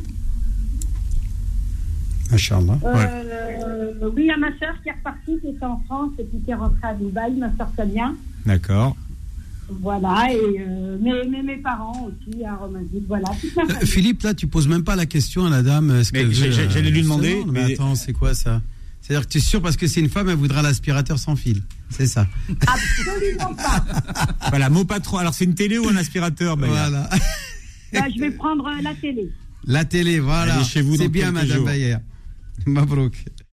Inch'Allah. Euh, oui, à ma soeur qui est repartie, qui était en France et puis qui est rentrée à Dubaï, ma soeur Sonia. D'accord. Voilà, et euh, mes, mes, mes parents aussi à Romainville. Voilà, toute ma Euh, famille. Philippe, là, tu poses même pas la question à la dame. Est-ce Mais qu'elle j'ai- veut, j'ai- j'allais lui euh, demander, justement, Mais mais- attends, c'est quoi ça? C'est-à-dire que tu es sûr parce que c'est une femme, elle voudra l'aspirateur sans fil. C'est ça. Absolument pas. Voilà, mot patron. Alors, c'est une télé ou un aspirateur, Baya? Voilà. Bah, je vais prendre euh, la télé. La télé, voilà. Elle est chez vous C'est dans bien, quelques Madame jours. Bayer. Mabrouk.